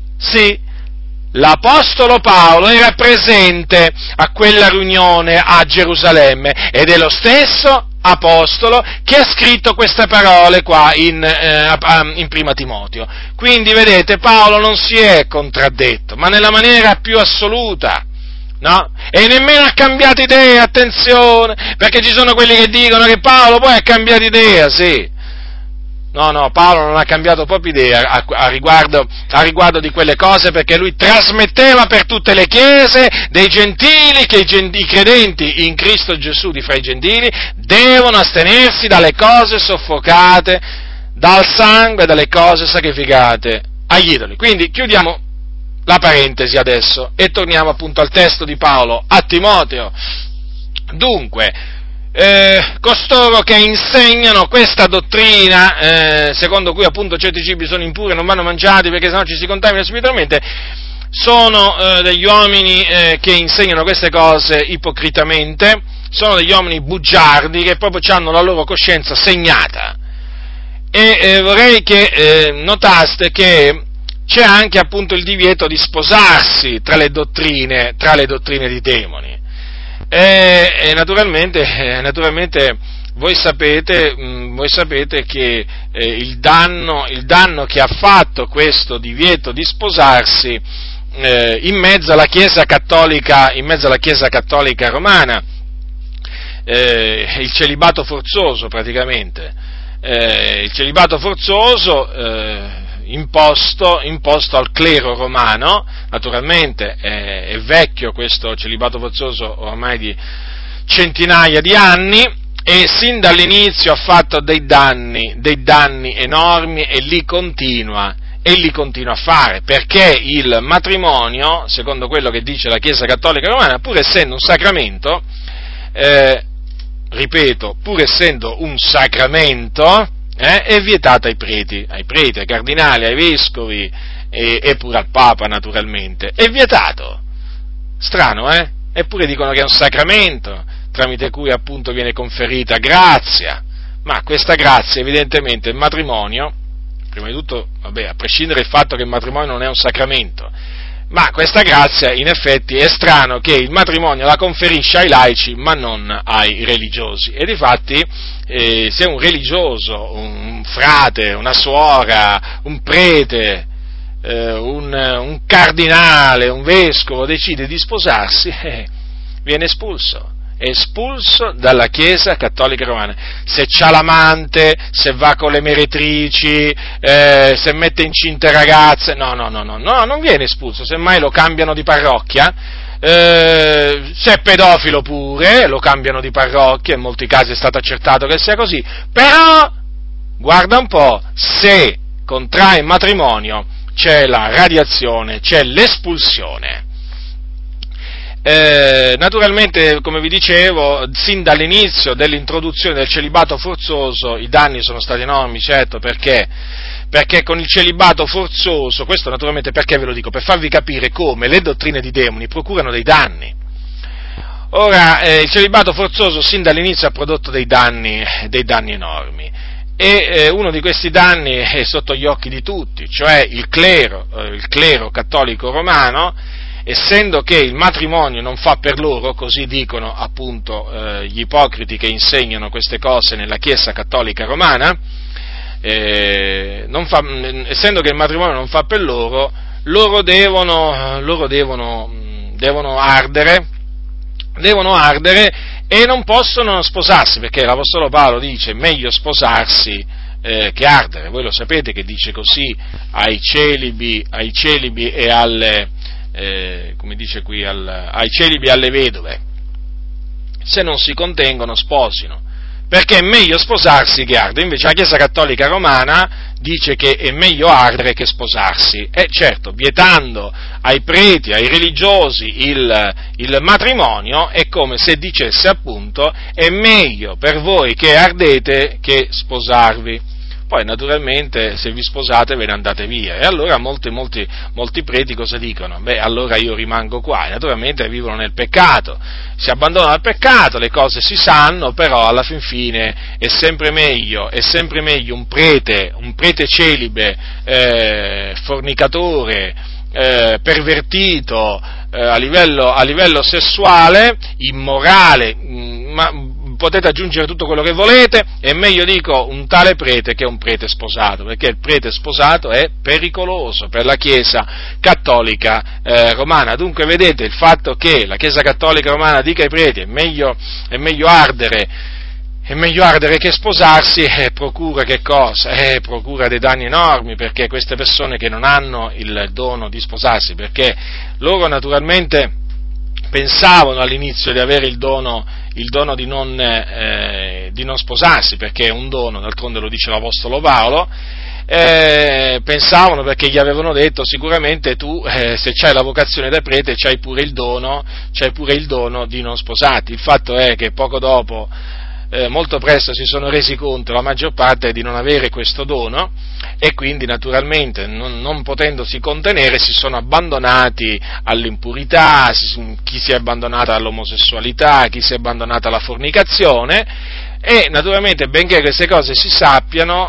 l'Apostolo Paolo era presente a quella riunione a Gerusalemme ed è lo stesso Apostolo che ha scritto queste parole qua in Prima Timoteo. Quindi vedete, Paolo non si è contraddetto, ma nella maniera più assoluta. No? E nemmeno ha cambiato idea, attenzione, perché ci sono quelli che dicono che Paolo poi ha cambiato idea, sì. No, Paolo non ha cambiato proprio idea a riguardo di quelle cose, perché lui trasmetteva per tutte le chiese dei gentili che i credenti in Cristo Gesù di fra i gentili devono astenersi dalle cose soffocate, dal sangue e dalle cose sacrificate agli idoli. Quindi chiudiamo la parentesi adesso e torniamo appunto al testo di Paolo a Timoteo. Dunque, costoro che insegnano questa dottrina, secondo cui appunto certi cibi sono impuri e non vanno mangiati perché sennò ci si contamina spiritualmente, sono degli uomini che insegnano queste cose ipocritamente, sono degli uomini bugiardi che proprio hanno la loro coscienza segnata. E vorrei che notaste che c'è anche appunto il divieto di sposarsi tra le dottrine di demoni. E naturalmente voi sapete che il danno che ha fatto questo divieto di sposarsi in mezzo alla Chiesa cattolica romana, il celibato forzoso praticamente, il celibato forzoso imposto al clero romano. Naturalmente è vecchio questo celibato forzoso ormai di centinaia di anni e sin dall'inizio ha fatto dei danni enormi e li continua a fare, perché il matrimonio, secondo quello che dice la Chiesa cattolica romana, pur essendo un sacramento, pur essendo un sacramento, è vietato ai preti, ai cardinali, ai vescovi e pure al Papa naturalmente. È vietato. Strano, eh? Eppure dicono che è un sacramento, tramite cui appunto viene conferita grazia. Ma questa grazia, evidentemente, il matrimonio, prima di tutto, a prescindere dal fatto che il matrimonio non è un sacramento, ma questa grazia, in effetti, è strano che il matrimonio la conferisce ai laici, ma non ai religiosi. E difatti, se un religioso, un frate, una suora, un prete, un cardinale, un vescovo decide di sposarsi, viene espulso. È espulso dalla Chiesa cattolica romana. Se c'ha l'amante, se va con le meretrici, se mette incinte ragazze, no, non viene espulso, semmai lo cambiano di parrocchia. Se è pedofilo pure, lo cambiano di parrocchia, in molti casi è stato accertato che sia così, però guarda un po', se contrae matrimonio c'è la radiazione, c'è l'espulsione. Naturalmente, come vi dicevo, sin dall'inizio dell'introduzione del celibato forzoso i danni sono stati enormi, certo, perché con il celibato forzoso, questo naturalmente perché ve lo dico? Per farvi capire come le dottrine di demoni procurano dei danni. Ora, il celibato forzoso sin dall'inizio ha prodotto dei danni enormi. E uno di questi danni è sotto gli occhi di tutti, cioè il clero cattolico romano, essendo che il matrimonio non fa per loro, così dicono appunto gli ipocriti che insegnano queste cose nella Chiesa cattolica romana, essendo che il matrimonio non fa per loro devono ardere e non possono sposarsi, perché l'Apostolo Paolo dice meglio sposarsi che ardere. Voi lo sapete che dice così ai celibi e alle come dice qui ai celibi e alle vedove: se non si contengono sposino, perché è meglio sposarsi che ardere. Invece la Chiesa Cattolica Romana dice che è meglio ardere che sposarsi, e certo, vietando ai preti, ai religiosi il matrimonio, è come se dicesse appunto è meglio per voi che ardete che sposarvi. Poi naturalmente se vi sposate ve ne andate via, e allora molti preti cosa dicono? Beh, allora io rimango qua, e naturalmente vivono nel peccato, si abbandonano al peccato, le cose si sanno, però alla fin fine è sempre meglio un prete celibe, fornicatore, pervertito a livello sessuale, immorale, ma potete aggiungere tutto quello che volete, è meglio, dico, un tale prete che un prete sposato, perché il prete sposato è pericoloso per la Chiesa Cattolica Romana. Dunque vedete, il fatto che la Chiesa Cattolica Romana dica ai preti è meglio ardere che sposarsi, procura che cosa? Procura dei danni enormi, perché queste persone che non hanno il dono di sposarsi, perché loro naturalmente pensavano all'inizio di avere il dono di non sposarsi, perché è un dono, d'altronde lo dice l'Apostolo Paolo. Pensavano, perché gli avevano detto sicuramente tu se c'hai la vocazione da prete c'hai pure il dono di non sposarti. Il fatto è che poco dopo, molto presto si sono resi conto la maggior parte di non avere questo dono, e quindi naturalmente non potendosi contenere si sono abbandonati all'impurità, chi si è abbandonato all'omosessualità, chi si è abbandonato alla fornicazione, e naturalmente, benché queste cose si sappiano,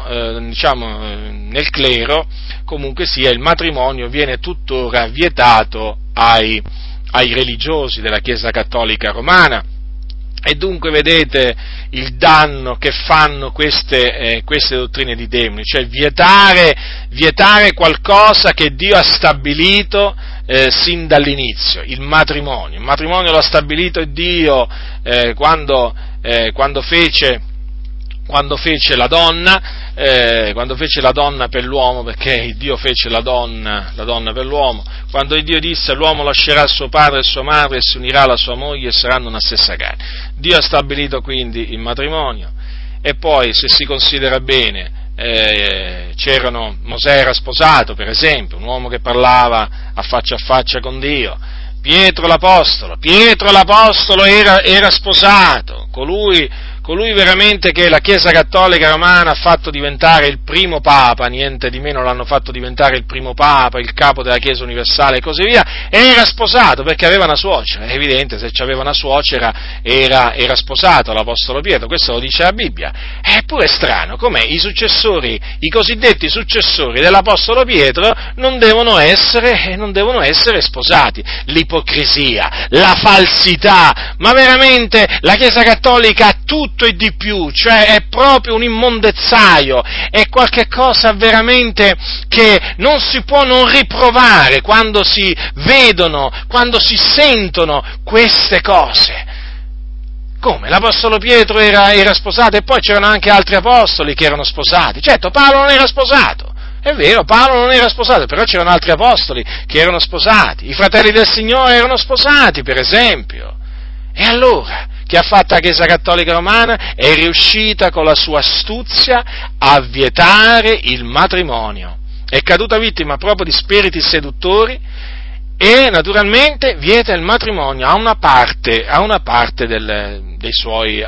nel clero, comunque sia, il matrimonio viene tuttora vietato ai religiosi della Chiesa Cattolica Romana. E dunque vedete il danno che fanno queste dottrine di demoni, cioè vietare qualcosa che Dio ha stabilito sin dall'inizio, il matrimonio. Il matrimonio l'ha stabilito Dio quando fece la donna per l'uomo, perché Dio fece la donna per l'uomo, quando Dio disse l'uomo lascerà suo padre e sua madre e si unirà alla sua moglie e saranno una stessa carne. Dio ha stabilito quindi il matrimonio, e poi, se si considera bene, Mosè era sposato, per esempio, un uomo che parlava a faccia con Dio. Pietro l'apostolo era sposato, colui veramente che la Chiesa Cattolica Romana ha fatto diventare il primo Papa, niente di meno l'hanno fatto diventare il primo Papa, il capo della Chiesa universale e così via, era sposato perché aveva una suocera. È evidente, se aveva una suocera era sposato l'Apostolo Pietro, questo lo dice la Bibbia. È pure strano com'è i cosiddetti successori dell'Apostolo Pietro non devono essere sposati. L'ipocrisia, la falsità, ma veramente la Chiesa Cattolica ha tutto e di più, cioè è proprio un immondezzaio, è qualche cosa veramente che non si può non riprovare quando si vedono, quando si sentono queste cose. Come? L'Apostolo Pietro era sposato, e poi c'erano anche altri apostoli che erano sposati. Certo, Paolo non era sposato. È vero, Paolo non era sposato, però c'erano altri apostoli che erano sposati. I fratelli del Signore erano sposati, per esempio. E allora, che ha fatto la Chiesa Cattolica Romana? È riuscita con la sua astuzia a vietare il matrimonio. È caduta vittima proprio di spiriti seduttori e naturalmente vieta il matrimonio a una parte dei suoi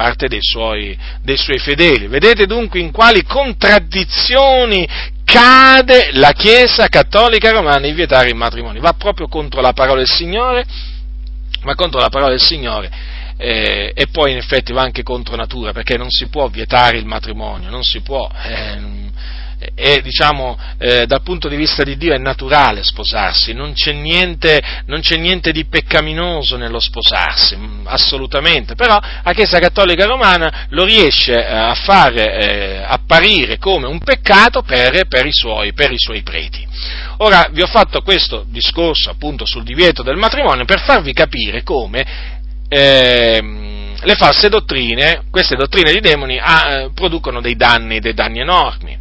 fedeli. Vedete dunque in quali contraddizioni cade la Chiesa Cattolica Romana in vietare il matrimonio. Va proprio contro la parola del Signore, e poi in effetti va anche contro natura, perché non si può vietare il matrimonio, non si può. Dal punto di vista di Dio è naturale sposarsi, non c'è niente di peccaminoso nello sposarsi, assolutamente, però la Chiesa Cattolica Romana lo riesce a fare apparire come un peccato per i suoi preti. Ora vi ho fatto questo discorso appunto sul divieto del matrimonio per farvi capire come le false dottrine, queste dottrine di demoni, producono dei danni enormi.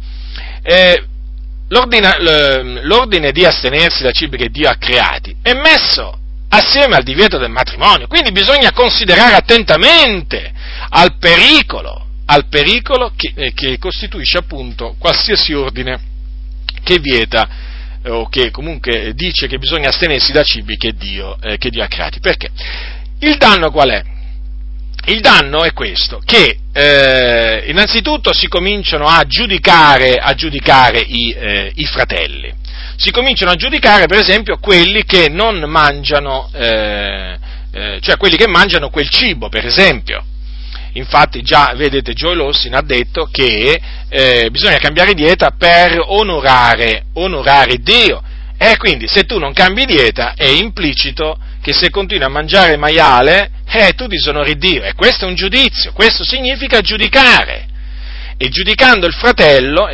L'ordine di astenersi da cibi che Dio ha creati è messo assieme al divieto del matrimonio, quindi bisogna considerare attentamente al pericolo che costituisce appunto qualsiasi ordine che vieta o che comunque dice che bisogna astenersi da cibi che Dio ha creati. Perché? Il danno qual è? Il danno è questo, che innanzitutto si cominciano a giudicare i fratelli. Si cominciano a giudicare, per esempio, quelli che non mangiano, cioè quelli che mangiano quel cibo, per esempio. Infatti già, vedete, Joel Osteen ha detto che bisogna cambiare dieta per onorare Dio. E quindi se tu non cambi dieta è implicito che se continui a mangiare maiale, tu disonori Dio, e questo è un giudizio, questo significa giudicare, e giudicando il fratello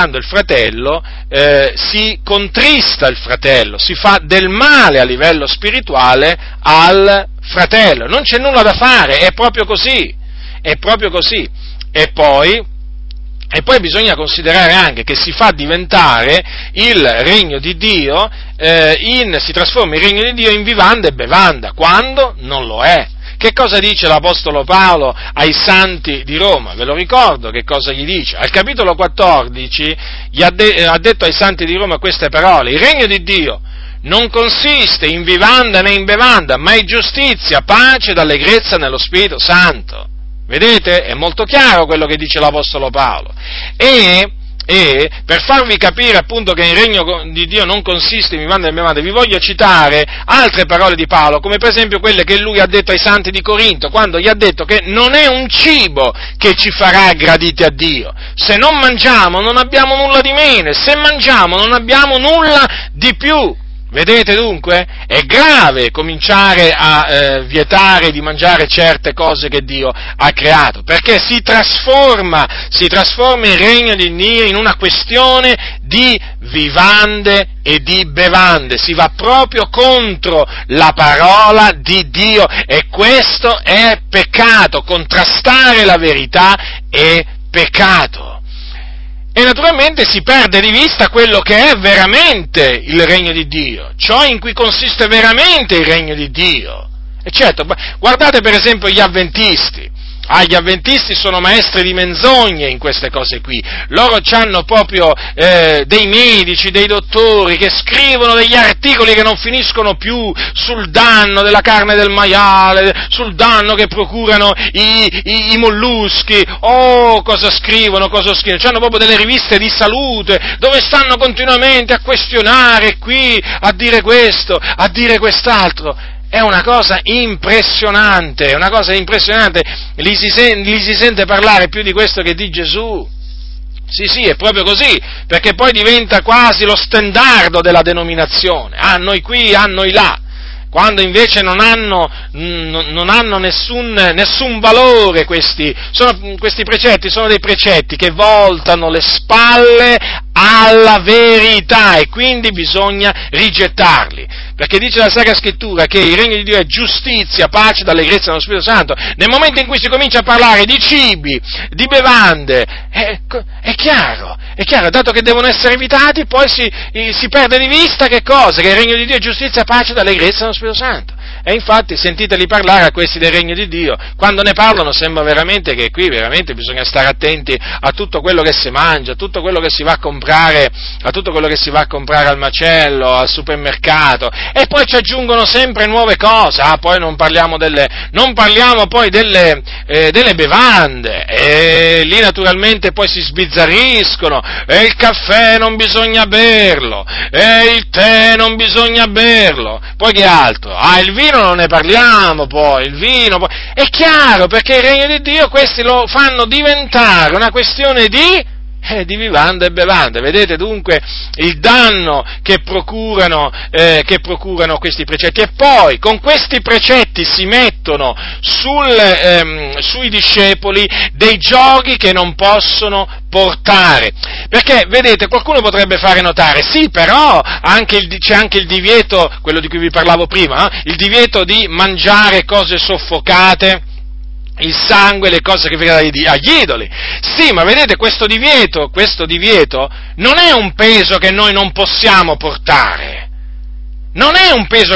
si contrista il fratello, si fa del male a livello spirituale al fratello, non c'è nulla da fare, è proprio così, e poi bisogna considerare anche che si fa diventare il regno di Dio, si trasforma il regno di Dio in vivanda e bevanda, quando non lo è. Che cosa dice l'Apostolo Paolo ai santi di Roma? Ve lo ricordo che cosa gli dice? Al capitolo 14 ha detto ai santi di Roma queste parole: il regno di Dio non consiste in vivanda né in bevanda, ma in giustizia, pace ed allegrezza nello Spirito Santo. Vedete? È molto chiaro quello che dice l'Apostolo Paolo. E per farvi capire appunto che il regno di Dio non consiste in vivanda e bevanda, vi voglio citare altre parole di Paolo, come per esempio quelle che lui ha detto ai santi di Corinto, quando gli ha detto che non è un cibo che ci farà graditi a Dio. Se non mangiamo non abbiamo nulla di meno, se mangiamo non abbiamo nulla di più. Vedete dunque? È grave cominciare a vietare di mangiare certe cose che Dio ha creato, perché si trasforma il regno di Dio in una questione di vivande e di bevande, si va proprio contro la parola di Dio, e questo è peccato, contrastare la verità è peccato. E naturalmente si perde di vista quello che è veramente il regno di Dio, ciò in cui consiste veramente il regno di Dio. E certo, guardate per esempio gli avventisti. Gli avventisti sono maestri di menzogne in queste cose qui. Loro hanno proprio dei medici, dei dottori che scrivono degli articoli che non finiscono più sul danno della carne del maiale, sul danno che procurano i molluschi. Cosa scrivono? Hanno proprio delle riviste di salute dove stanno continuamente a questionare qui, a dire questo, a dire quest'altro. È una cosa impressionante, li si sente parlare più di questo che di Gesù. Sì, è proprio così, perché poi diventa quasi lo stendardo della denominazione, noi qui, noi là, quando invece non hanno nessun valore questi precetti, sono dei precetti che voltano le spalle alla verità, e quindi bisogna rigettarli. Perché dice la Sacra Scrittura che il regno di Dio è giustizia, pace ed allegrezza nello Spirito Santo. Nel momento in cui si comincia a parlare di cibi, di bevande, è chiaro, dato che devono essere evitati, poi si perde di vista che cosa? Che il regno di Dio è giustizia, pace ed allegrezza nello Spirito Santo. E infatti sentiteli parlare a questi del regno di Dio, quando ne parlano sembra veramente che qui veramente bisogna stare attenti a tutto quello che si mangia, a tutto quello che si va a comprare, al macello, al supermercato, e poi ci aggiungono sempre nuove cose. Poi non parliamo poi delle bevande, e lì naturalmente poi si sbizzarriscono, e il caffè non bisogna berlo, e il tè non bisogna berlo, poi che altro? Il vino non ne parliamo, poi, è chiaro, perché il regno di Dio questi lo fanno diventare una questione di vivande e bevande. Vedete dunque il danno che procurano questi precetti, e poi con questi precetti si mettono sui discepoli dei giochi che non possono portare, perché vedete, qualcuno potrebbe fare notare, sì, però c'è anche il divieto, quello di cui vi parlavo prima, il divieto di mangiare cose soffocate, il sangue, le cose che vengono agli idoli. Sì, ma vedete, questo divieto non è un peso che noi non possiamo portare. Non è un peso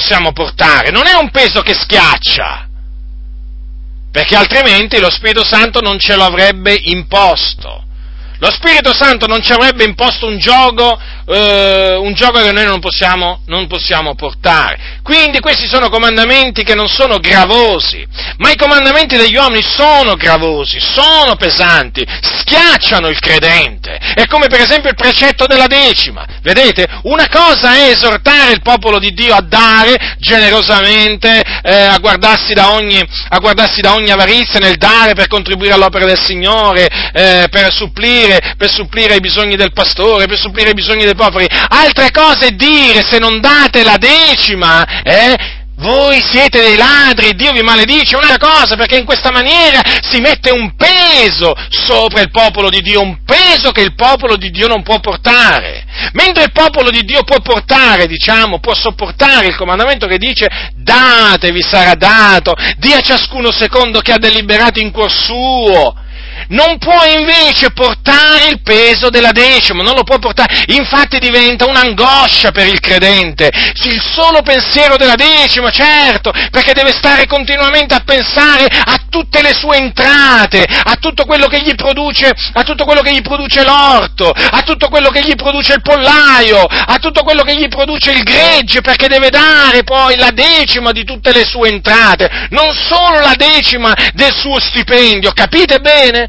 che schiaccia, perché altrimenti lo Spirito Santo non ce lo avrebbe imposto. Lo Spirito Santo non ci avrebbe imposto un gioco che noi non possiamo portare. Quindi questi sono comandamenti che non sono gravosi, ma i comandamenti degli uomini sono gravosi, sono pesanti, schiacciano il credente. È come per esempio il precetto della decima. Vedete? Una cosa è esortare il popolo di Dio a dare generosamente, a guardarsi da ogni avarizia nel dare per contribuire all'opera del Signore, per supplire ai bisogni del pastore, per supplire ai bisogni dei poveri. Altre cose è dire: se non date la decima, voi siete dei ladri, Dio vi maledice. Un'altra cosa, perché in questa maniera si mette un peso sopra il popolo di Dio, un peso che il popolo di Dio non può portare, mentre il popolo di Dio può sopportare il comandamento che dice: date, vi sarà dato, dia ciascuno secondo che ha deliberato in cuor suo. Non può invece portare il peso della decima, non lo può portare, infatti diventa un'angoscia per il credente, il solo pensiero della decima, certo, perché deve stare continuamente a pensare a tutte le sue entrate, a tutto quello che gli produce l'orto, a tutto quello che gli produce il pollaio, a tutto quello che gli produce il gregge, perché deve dare poi la decima di tutte le sue entrate, non solo la decima del suo stipendio. Capite bene?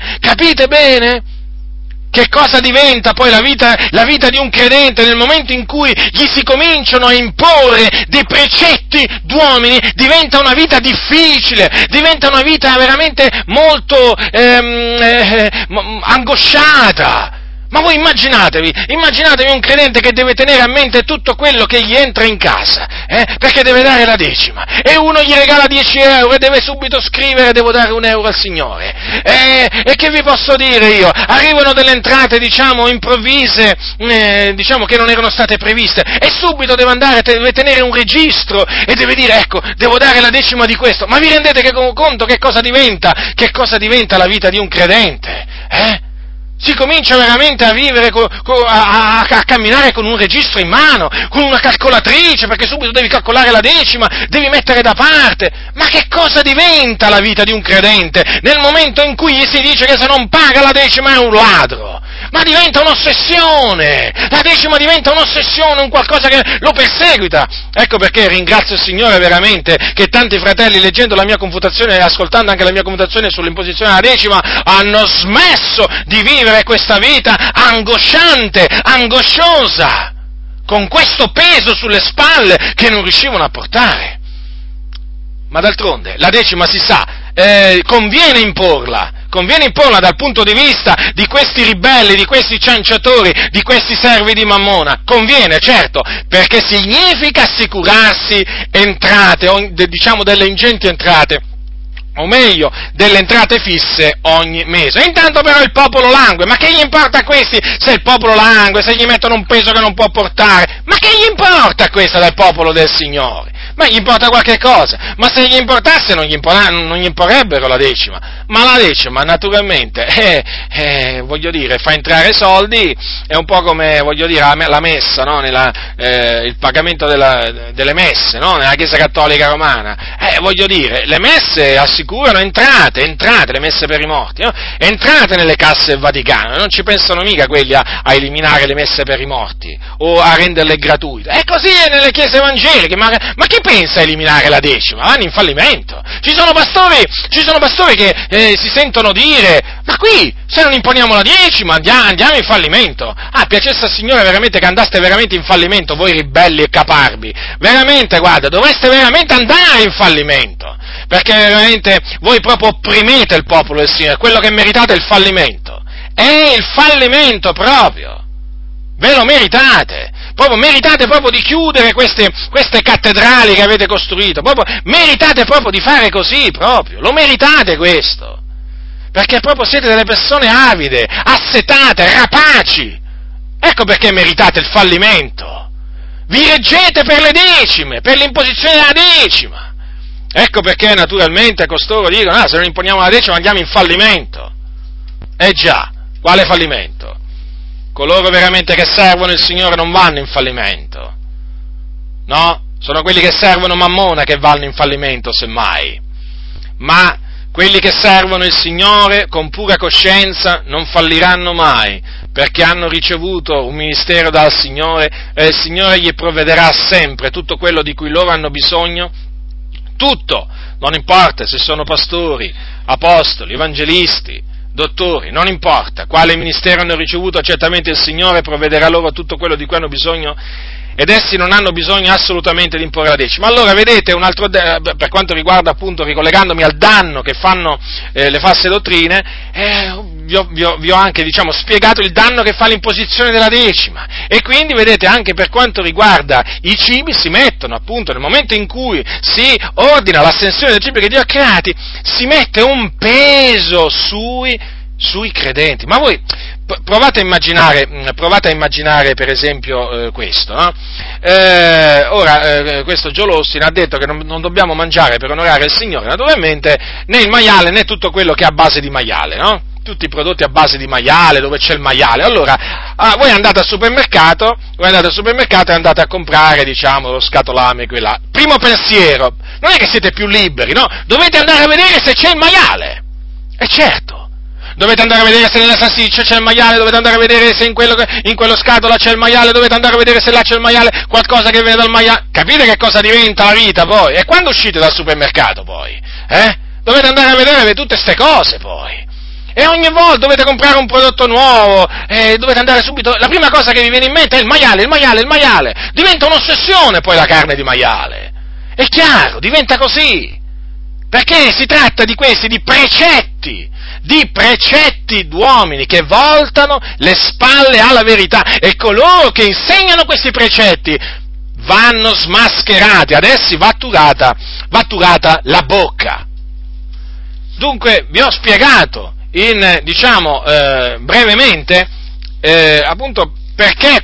Che cosa diventa poi la vita di un credente nel momento in cui gli si cominciano a imporre dei precetti d'uomini? Diventa una vita difficile, diventa una vita veramente molto angosciata. Ma voi immaginatevi un credente che deve tenere a mente tutto quello che gli entra in casa, perché deve dare la decima, e uno gli regala 10 euro e deve subito scrivere: devo dare 1 euro al Signore, e che vi posso dire io? Arrivano delle entrate, improvvise, che non erano state previste, e subito deve tenere un registro, e deve dire: ecco, devo dare la decima di questo. Ma vi rendete conto che cosa diventa la vita di un credente? Si comincia veramente a vivere, a camminare con un registro in mano, con una calcolatrice, perché subito devi calcolare la decima, devi mettere da parte. Ma che cosa diventa la vita di un credente nel momento in cui gli si dice che se non paga la decima è un ladro? Ma diventa un'ossessione, la decima diventa un'ossessione, un qualcosa che lo perseguita. Ecco perché ringrazio il Signore veramente che tanti fratelli, leggendo la mia confutazione e ascoltando anche la mia confutazione sull'imposizione della decima, hanno smesso di vivere questa vita angosciante, angosciosa, con questo peso sulle spalle che non riuscivano a portare. Ma d'altronde la decima, si sa, conviene imporla dal punto di vista di questi ribelli, di questi cianciatori, di questi servi di Mammona. Conviene, certo, perché significa assicurarsi entrate, delle ingenti entrate, o meglio, delle entrate fisse ogni mese. E intanto però il popolo langue. Ma che gli importa a questi se il popolo langue, se gli mettono un peso che non può portare? Ma che gli importa a questo del popolo del Signore? Ma gli importa qualche cosa, ma se gli importasse non gli imporrebbero la decima, ma la decima naturalmente, voglio dire, fa entrare soldi, è un po' come, voglio dire, la messa, no? Il pagamento delle messe, no? Nella Chiesa Cattolica Romana, voglio dire, le messe assicurano entrate, le messe per i morti, no? Entrate nelle casse del Vaticano, non ci pensano mica quelli a eliminare le messe per i morti, o a renderle gratuite, è così nelle chiese evangeliche, ma chi pensa a eliminare la decima? Vanno in fallimento. Ci sono pastori che si sentono dire, ma qui, se non imponiamo la decima, andiamo in fallimento. Piacesse al Signore veramente che andaste veramente in fallimento, voi ribelli e caparbi. Veramente, guarda, dovreste veramente andare in fallimento, perché veramente voi proprio opprimete il popolo del Signore, quello che meritate è il fallimento. È il fallimento proprio. Ve lo meritate. Meritate proprio di chiudere queste cattedrali che avete costruito, meritate proprio di fare così, proprio, lo meritate questo, perché proprio siete delle persone avide, assetate, rapaci, ecco perché meritate il fallimento, vi reggete per le decime, per l'imposizione della decima, ecco perché naturalmente costoro dicono, se non imponiamo la decima andiamo in fallimento, già, quale fallimento? Coloro veramente che servono il Signore non vanno in fallimento, no? Sono quelli che servono Mammona che vanno in fallimento, semmai, ma quelli che servono il Signore con pura coscienza non falliranno mai, perché hanno ricevuto un ministero dal Signore e il Signore gli provvederà sempre tutto quello di cui loro hanno bisogno, tutto, non importa se sono pastori, apostoli, evangelisti, dottori, non importa quale ministero hanno ricevuto, certamente il Signore provvederà loro tutto quello di cui hanno bisogno ed essi non hanno bisogno assolutamente di imporre la decima. Allora, vedete, per quanto riguarda appunto, ricollegandomi al danno che fanno le false dottrine, vi ho anche, spiegato il danno che fa l'imposizione della decima, e quindi, vedete, anche per quanto riguarda i cibi, si mettono, appunto, nel momento in cui si ordina l'astensione dei cibi che Dio ha creati, si mette un peso sui credenti. Ma voi provate a immaginare per esempio questo, no? Questo Joel Osteen ha detto che non dobbiamo mangiare per onorare il Signore, naturalmente, né il maiale né tutto quello che è a base di maiale, no? Tutti i prodotti a base di maiale, dove c'è il maiale. Allora, voi andate al supermercato e andate a comprare, lo scatolame, quella. Primo pensiero, non è che siete più liberi, no? Dovete andare a vedere se c'è il maiale. E certo. Dovete andare a vedere se nella salsiccia c'è il maiale, dovete andare a vedere se in quello scatola c'è il maiale, dovete andare a vedere se là c'è il maiale, qualcosa che viene dal maiale. Capite che cosa diventa la vita poi? E quando uscite dal supermercato poi? Dovete andare a vedere tutte ste cose poi. E ogni volta dovete comprare un prodotto nuovo, dovete andare subito, la prima cosa che vi viene in mente è il maiale. Diventa un'ossessione poi la carne di maiale. È chiaro, diventa così. Perché si tratta di questi, di precetti d'uomini che voltano le spalle alla verità, e coloro che insegnano questi precetti vanno smascherati, ad essi va turata la bocca. Dunque vi ho spiegato brevemente appunto perché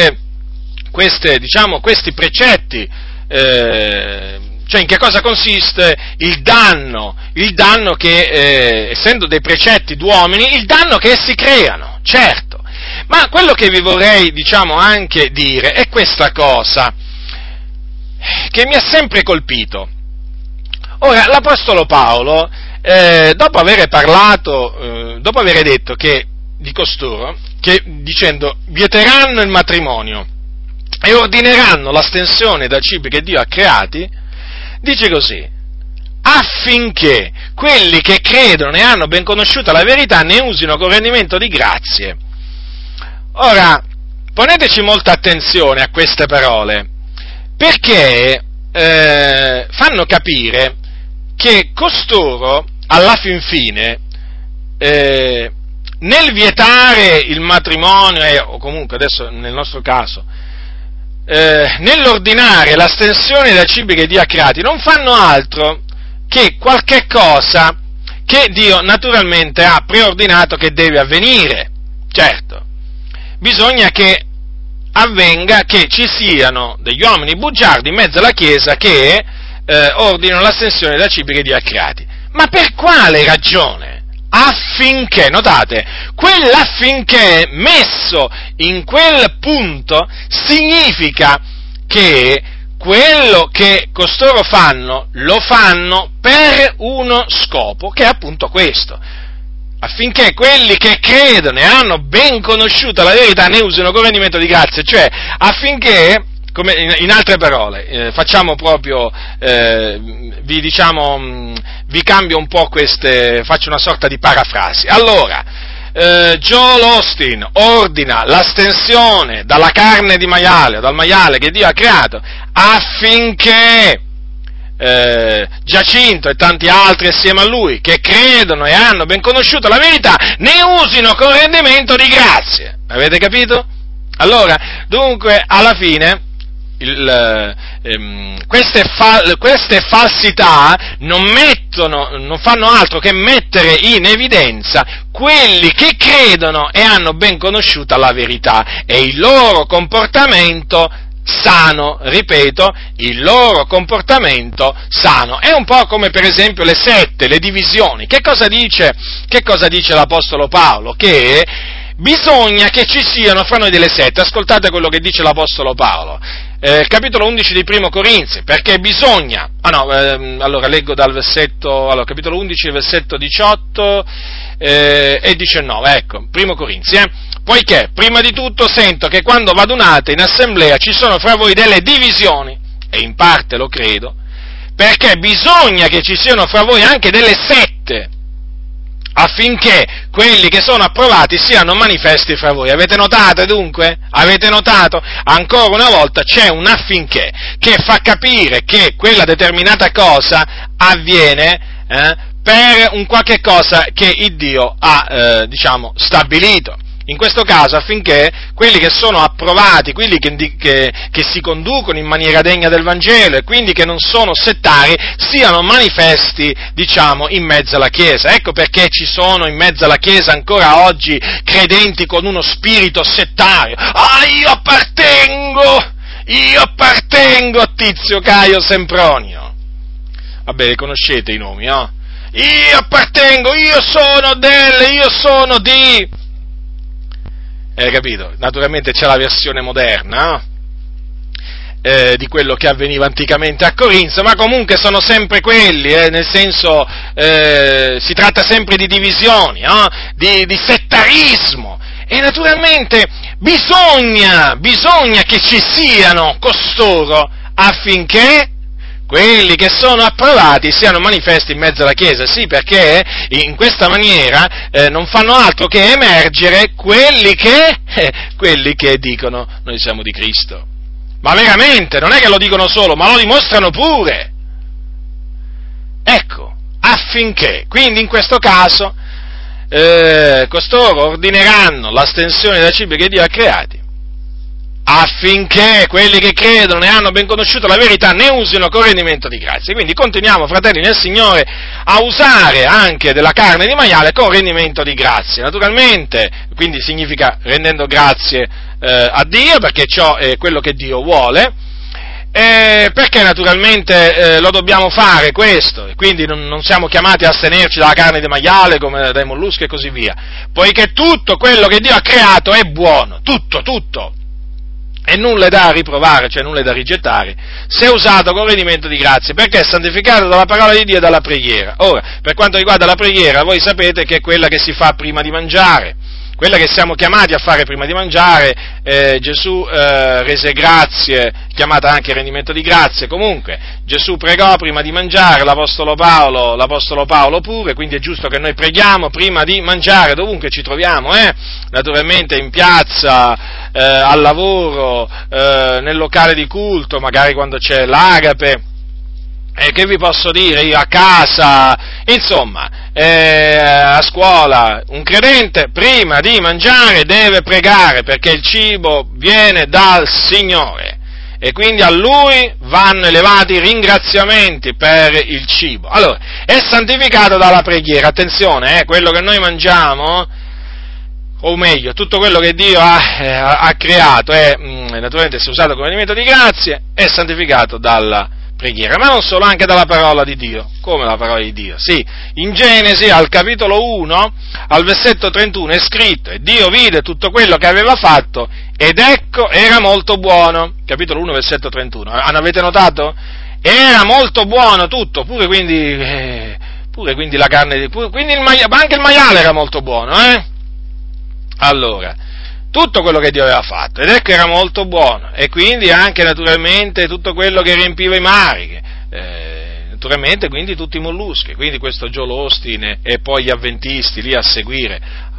questi precetti, cioè in che cosa consiste il danno che, essendo dei precetti d'uomini, il danno che essi creano, certo. Ma quello che vi vorrei, anche dire è questa cosa, che mi ha sempre colpito. Ora, l'Apostolo Paolo, dopo aver detto che, di costoro, dicendo, vieteranno il matrimonio e ordineranno l'astensione dai cibi che Dio ha creati, dice così: affinché quelli che credono e hanno ben conosciuta la verità ne usino con rendimento di grazie. Ora, poneteci molta attenzione a queste parole, perché fanno capire che costoro, alla fin fine, nel vietare il matrimonio, o comunque adesso nel nostro caso, nell'ordinare l'astensione dai cibi che Dio ha creati, non fanno altro che qualche cosa che Dio naturalmente ha preordinato che deve avvenire. Certo, bisogna che avvenga che ci siano degli uomini bugiardi in mezzo alla Chiesa che ordinano l'astensione da cibi che Dio ha creati. Ma per quale ragione? Affinché, notate, quell'affinché messo in quel punto significa che quello che costoro fanno, lo fanno per uno scopo, che è appunto questo, affinché quelli che credono e hanno ben conosciuta la verità ne usino con rendimento di grazia, cioè affinché, come in altre parole, facciamo proprio, vi cambio un po' faccio una sorta di parafrasi. Allora, Joel Osteen ordina l'astensione dalla carne di maiale, o dal maiale che Dio ha creato, affinché Giacinto e tanti altri assieme a lui, che credono e hanno ben conosciuto la verità, ne usino con rendimento di grazie. Avete capito? Allora, dunque, alla fine, queste falsità non fanno altro che mettere in evidenza quelli che credono e hanno ben conosciuta la verità e il loro comportamento sano, ripeto, il loro comportamento sano. È un po' come per esempio le sette, le divisioni. Che cosa dice l'Apostolo Paolo? Che bisogna che ci siano fra noi delle sette. Ascoltate quello che dice l'Apostolo Paolo. Capitolo 11 di Primo Corinzi, perché bisogna, allora leggo dal capitolo 11, versetto 18 e 19, ecco, Primo Corinzi, poiché prima di tutto sento che quando vadunate in assemblea ci sono fra voi delle divisioni, e in parte lo credo, perché bisogna che ci siano fra voi anche delle sette, affinché quelli che sono approvati siano manifesti fra voi. Avete notato dunque? Avete notato? Ancora una volta c'è un affinché che fa capire che quella determinata cosa avviene per un qualche cosa che il Dio ha, stabilito. In questo caso affinché quelli che sono approvati, quelli che si conducono in maniera degna del Vangelo e quindi che non sono settari, siano manifesti, in mezzo alla Chiesa. Ecco perché ci sono in mezzo alla Chiesa ancora oggi credenti con uno spirito settario. Io appartengo a Tizio, Caio, Sempronio. Vabbè, li conoscete i nomi, no? Io appartengo, io sono di... capito? Naturalmente c'è la versione moderna, no? Di quello che avveniva anticamente a Corinzo, ma comunque sono sempre quelli, nel senso, si tratta sempre di divisioni, no? Di settarismo, e naturalmente bisogna che ci siano costoro affinché quelli che sono approvati siano manifesti in mezzo alla Chiesa, sì, perché in questa maniera non fanno altro che emergere quelli che dicono noi siamo di Cristo. Ma veramente, non è che lo dicono solo, ma lo dimostrano pure. Ecco, affinché, quindi in questo caso, costoro ordineranno l'astensione dai cibi che Dio ha creati, affinché quelli che credono e hanno ben conosciuto la verità ne usino con rendimento di grazie. Quindi continuiamo, fratelli nel Signore, a usare anche della carne di maiale con rendimento di grazie. Naturalmente, quindi significa rendendo grazie a Dio, perché ciò è quello che Dio vuole, perché naturalmente lo dobbiamo fare questo, e quindi non siamo chiamati a astenerci dalla carne di maiale, come dai molluschi e così via, poiché tutto quello che Dio ha creato è buono, tutto. E nulla è da riprovare, cioè nulla è da rigettare, se usato con rendimento di grazie, perché è santificato dalla parola di Dio e dalla preghiera. Ora, per quanto riguarda la preghiera, voi sapete che è quella che si fa prima di mangiare, quella che siamo chiamati a fare prima di mangiare. Gesù rese grazie, chiamata anche rendimento di grazie. Comunque Gesù pregò prima di mangiare, l'Apostolo Paolo pure, quindi è giusto che noi preghiamo prima di mangiare dovunque ci troviamo, naturalmente in piazza, al lavoro, nel locale di culto, magari quando c'è l'agape. Che vi posso dire io, a casa, insomma, a scuola, un credente prima di mangiare deve pregare, perché il cibo viene dal Signore e quindi a Lui vanno elevati ringraziamenti per il cibo. Allora, è santificato dalla preghiera, attenzione, quello che noi mangiamo, o meglio, tutto quello che Dio ha creato è naturalmente sia usato come alimento di grazie, è santificato dalla preghiera, ma non solo, anche dalla parola di Dio. Come la parola di Dio? Sì, in Genesi, al capitolo 1, al versetto 31, è scritto: e Dio vide tutto quello che aveva fatto, ed ecco, era molto buono. Capitolo 1, versetto 31. Avete notato? Era molto buono tutto, pure quindi la carne, quindi anche il maiale era molto buono, Allora, tutto quello che Dio aveva fatto, ed ecco era molto buono, e quindi anche naturalmente tutto quello che riempiva i mari, naturalmente quindi tutti i molluschi, quindi questo Joel Osteen e poi gli avventisti lì a seguire,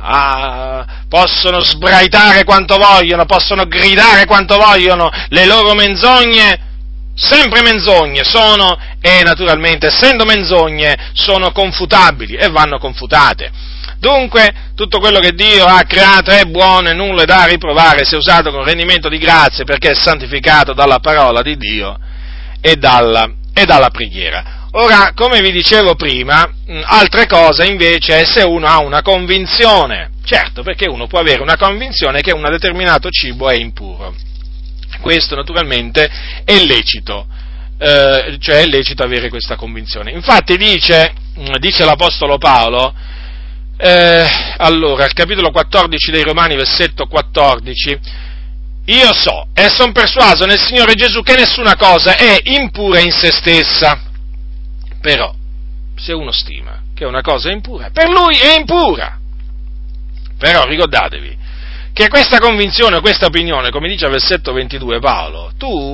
possono sbraitare quanto vogliono, possono gridare quanto vogliono, le loro menzogne, sempre menzogne sono, e naturalmente essendo menzogne sono confutabili e vanno confutate. Dunque, tutto quello che Dio ha creato è buono e nulla è da riprovare se usato con rendimento di grazie, perché è santificato dalla parola di Dio e dalla preghiera. Ora, come vi dicevo prima, altre cose invece è se uno ha una convinzione. Certo, perché uno può avere una convinzione che un determinato cibo è impuro. Questo naturalmente è lecito, cioè è lecito avere questa convinzione. Infatti dice l'Apostolo Paolo, allora, al capitolo 14 dei Romani, versetto 14, io so e sono persuaso nel Signore Gesù che nessuna cosa è impura in se stessa, però se uno stima che una cosa è impura, per lui è impura. Però ricordatevi che questa convinzione o questa opinione, come dice al versetto 22 Paolo,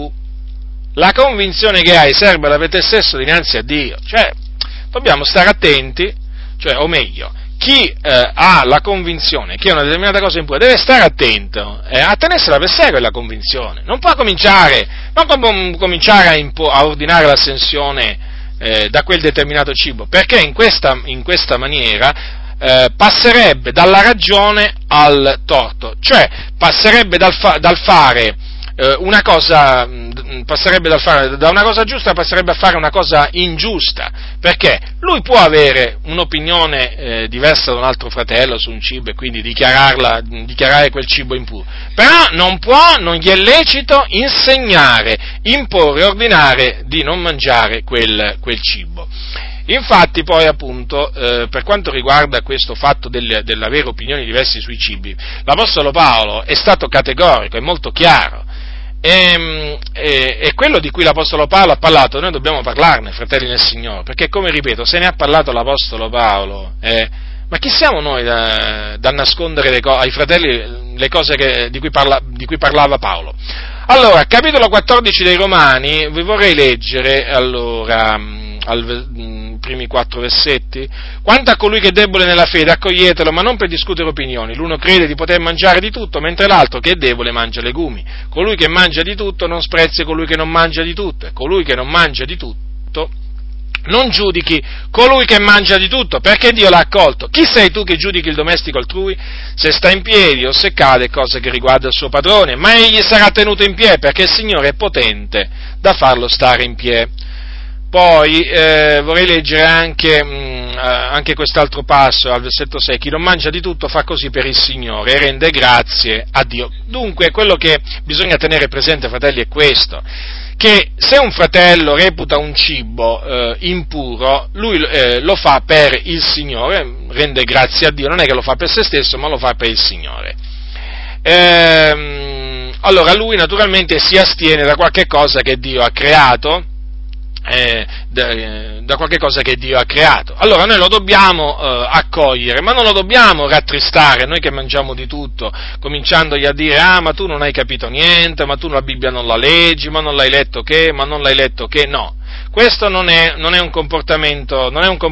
la convinzione che hai serve per te stesso dinanzi a Dio, cioè dobbiamo stare attenti, cioè, o meglio, chi ha la convinzione che una determinata cosa è impura deve stare attento a tenersela per sé quella convinzione, non può cominciare a ordinare l'assenzione da quel determinato cibo, perché in questa maniera passerebbe dalla ragione al torto, cioè passerebbe dal fare una cosa, da una cosa giusta passerebbe a fare una cosa ingiusta, perché lui può avere un'opinione diversa da un altro fratello su un cibo e quindi dichiarare quel cibo impuro, però non gli è lecito insegnare, imporre, ordinare di non mangiare quel cibo. Infatti poi appunto per quanto riguarda questo fatto dell'avere opinioni diverse sui cibi, l'Apostolo Paolo è stato categorico, è molto chiaro, e quello di cui l'Apostolo Paolo ha parlato noi dobbiamo parlarne, fratelli nel Signore, perché come ripeto, se ne ha parlato l'Apostolo Paolo, ma chi siamo noi da nascondere ai fratelli le cose di cui parlava Paolo? Allora, capitolo 14 dei Romani, vi vorrei leggere allora primi 4 versetti. Quanto a colui che è debole nella fede, accoglietelo, ma non per discutere opinioni. L'uno crede di poter mangiare di tutto, mentre l'altro che è debole mangia legumi. Colui che mangia di tutto non sprezzi colui che non mangia di tutto, e colui che non mangia di tutto non giudichi colui che mangia di tutto, perché Dio l'ha accolto. Chi sei tu che giudichi il domestico altrui? Se sta in piedi o se cade, cosa che riguarda il suo padrone, ma egli sarà tenuto in piedi, perché il Signore è potente da farlo stare in piedi. Poi vorrei leggere anche quest'altro passo, al versetto 6, chi non mangia di tutto fa così per il Signore e rende grazie a Dio. Dunque, quello che bisogna tenere presente, fratelli, è questo, che se un fratello reputa un cibo impuro, lui lo fa per il Signore, rende grazie a Dio, non è che lo fa per se stesso, ma lo fa per il Signore. Allora lui naturalmente si astiene da qualche cosa che Dio ha creato, da qualche cosa che Dio ha creato. Allora noi lo dobbiamo accogliere, ma non lo dobbiamo rattristare, noi che mangiamo di tutto, cominciandogli a dire: ma tu non hai capito niente, ma tu la Bibbia non la leggi, ma non l'hai letto che, no. Questo non è un comportamento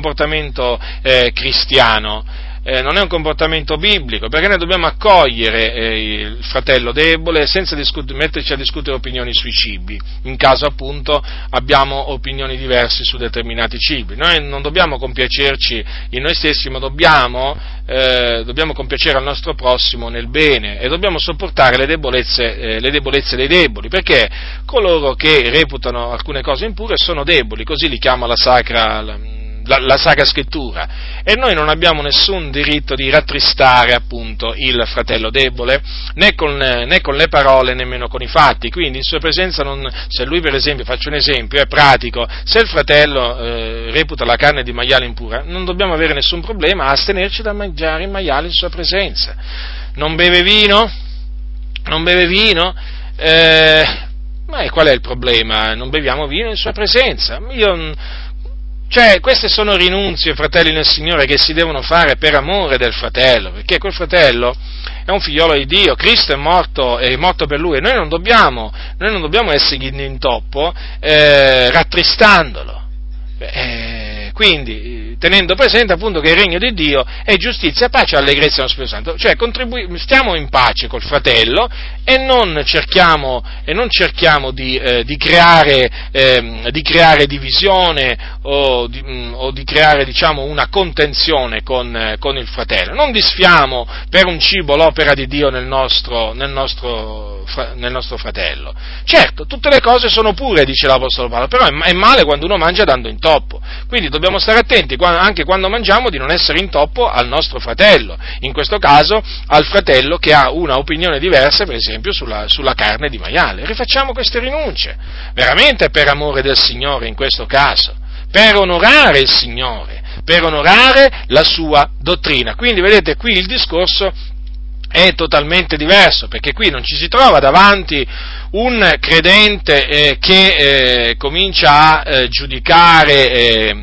cristiano. Non è un comportamento biblico, perché noi dobbiamo accogliere il fratello debole senza metterci a discutere opinioni sui cibi, in caso appunto abbiamo opinioni diverse su determinati cibi. Noi non dobbiamo compiacerci in noi stessi, ma dobbiamo compiacere al nostro prossimo nel bene, e dobbiamo sopportare le debolezze dei deboli, perché coloro che reputano alcune cose impure sono deboli, così li chiama la Sacra la Sacra Scrittura, e noi non abbiamo nessun diritto di rattristare appunto il fratello debole, né con le parole, nemmeno con i fatti. Quindi in sua presenza, se lui per esempio, faccio un esempio, è pratico, se il fratello reputa la carne di maiale impura, non dobbiamo avere nessun problema a astenerci dal mangiare il maiale in sua presenza. Non beve vino? Ma qual è il problema? Non beviamo vino in sua presenza? Queste sono rinunzie, fratelli nel Signore, che si devono fare per amore del fratello, perché quel fratello è un figliolo di Dio, Cristo è morto per lui, e noi non dobbiamo essergli in intoppo rattristandolo. Quindi, tenendo presente appunto che il regno di Dio è giustizia, pace e allegrezza nello Spirito Santo, cioè stiamo in pace col fratello e non cerchiamo di creare divisione o di creare, diciamo, una contenzione con il fratello. Non disfiamo per un cibo l'opera di Dio nel nostro fratello. Certo, tutte le cose sono pure, dice l'Apostolo Paolo, però è male quando uno mangia dando intoppo. Quindi dobbiamo stare attenti anche quando mangiamo di non essere intoppo al nostro fratello, in questo caso al fratello che ha una opinione diversa, per esempio sulla carne di maiale. Rifacciamo queste rinunce, veramente per amore del Signore in questo caso, per onorare il Signore, per onorare la sua dottrina. Quindi vedete, qui il discorso è totalmente diverso, perché qui non ci si trova davanti un credente che comincia a giudicare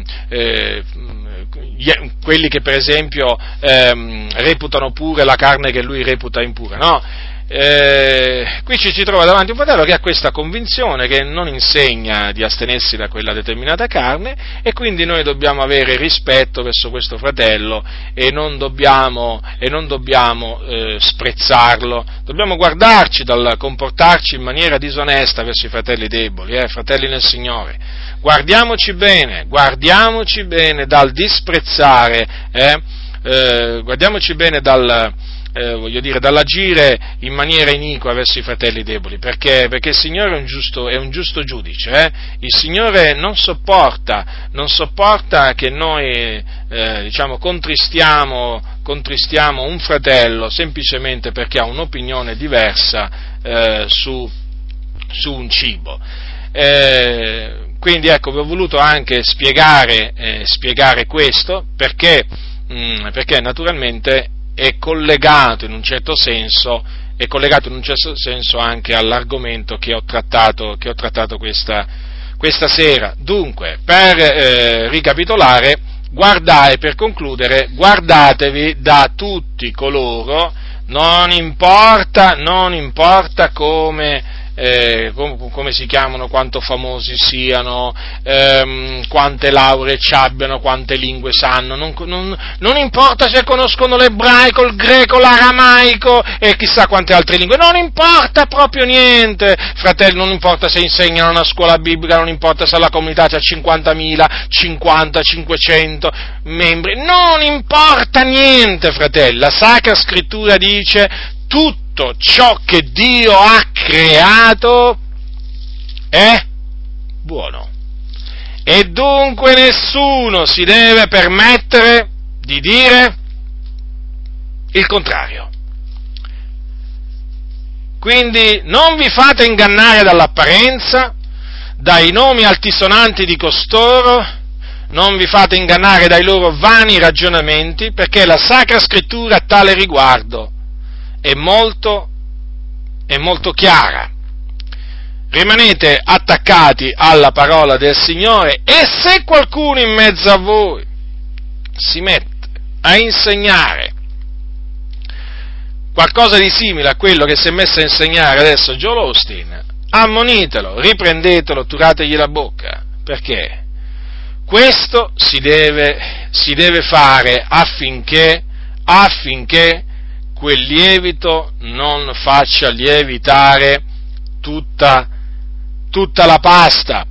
quelli che per esempio reputano pure la carne che lui reputa impura, no? Qui ci si trova davanti un fratello che ha questa convinzione, che non insegna di astenersi da quella determinata carne, e quindi noi dobbiamo avere rispetto verso questo fratello e non dobbiamo sprezzarlo. Dobbiamo guardarci dal comportarci in maniera disonesta verso i fratelli deboli, fratelli nel Signore. Guardiamoci bene dal disprezzare, guardiamoci bene dall'agire in maniera iniqua verso i fratelli deboli, perché il Signore è un giusto giudice. Il Signore non sopporta che noi contristiamo un fratello semplicemente perché ha un'opinione diversa su un cibo. Quindi ecco, vi ho voluto anche spiegare questo, perché naturalmente è collegato in un certo senso anche all'argomento che ho trattato questa sera. Dunque, per ricapitolare, per concludere, guardatevi da tutti coloro, non importa come si chiamano, quanto famosi siano, quante lauree ci abbiano, quante lingue sanno, non importa se conoscono l'ebraico, il greco, l'aramaico e chissà quante altre lingue, non importa proprio niente, fratelli, non importa se insegnano una scuola biblica, non importa se la comunità ha 50.000, 50, 500 membri, non importa niente, fratelli, la Sacra Scrittura dice tutto ciò che Dio ha creato è buono, e dunque nessuno si deve permettere di dire il contrario. Quindi non vi fate ingannare dall'apparenza, dai nomi altisonanti di costoro, non vi fate ingannare dai loro vani ragionamenti, perché la Sacra Scrittura a tale riguardo è molto chiara. Rimanete attaccati alla parola del Signore, e se qualcuno in mezzo a voi si mette a insegnare qualcosa di simile a quello che si è messo a insegnare adesso Joel Osteen, ammonitelo, riprendetelo, turategli la bocca, perché questo si deve fare affinché quel lievito non faccia lievitare tutta la pasta.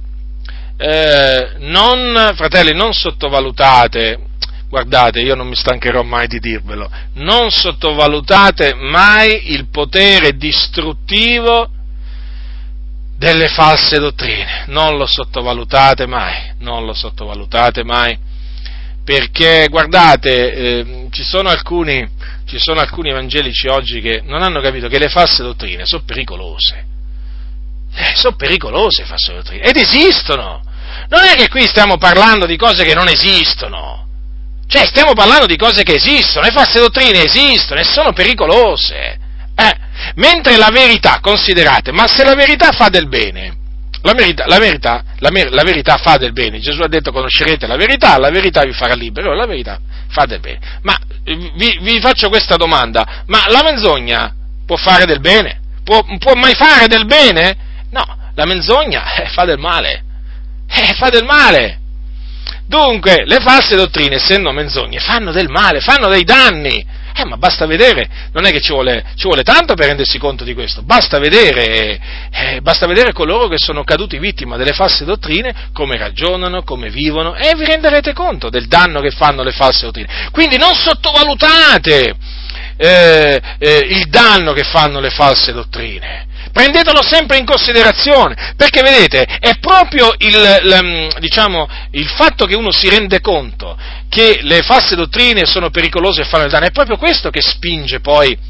Fratelli, non sottovalutate, guardate, io non mi stancherò mai di dirvelo, non sottovalutate mai il potere distruttivo delle false dottrine, non lo sottovalutate mai, perché guardate, ci sono alcuni evangelici oggi che non hanno capito che le false dottrine sono pericolose. Sono pericolose le false dottrine, ed esistono. Non è che qui stiamo parlando di cose che non esistono, cioè stiamo parlando di cose che esistono, le false dottrine esistono e sono pericolose. Mentre la verità, considerate, ma se la verità fa del bene, la verità fa del bene, Gesù ha detto conoscerete la verità vi farà liberi, la verità fa del bene. Ma vi faccio questa domanda, ma la menzogna può fare del bene? Può mai fare del bene? No, la menzogna fa del male, fa del male. Dunque, le false dottrine, essendo menzogne, fanno del male, fanno dei danni. Ma basta vedere, non è che ci vuole tanto per rendersi conto di questo, basta vedere coloro che sono caduti vittima delle false dottrine, come ragionano, come vivono, e vi renderete conto del danno che fanno le false dottrine. Quindi non sottovalutate il danno che fanno le false dottrine. Prendetelo sempre in considerazione, perché vedete, è proprio il fatto che uno si rende conto che le false dottrine sono pericolose e fanno il danno, è proprio questo che spinge poi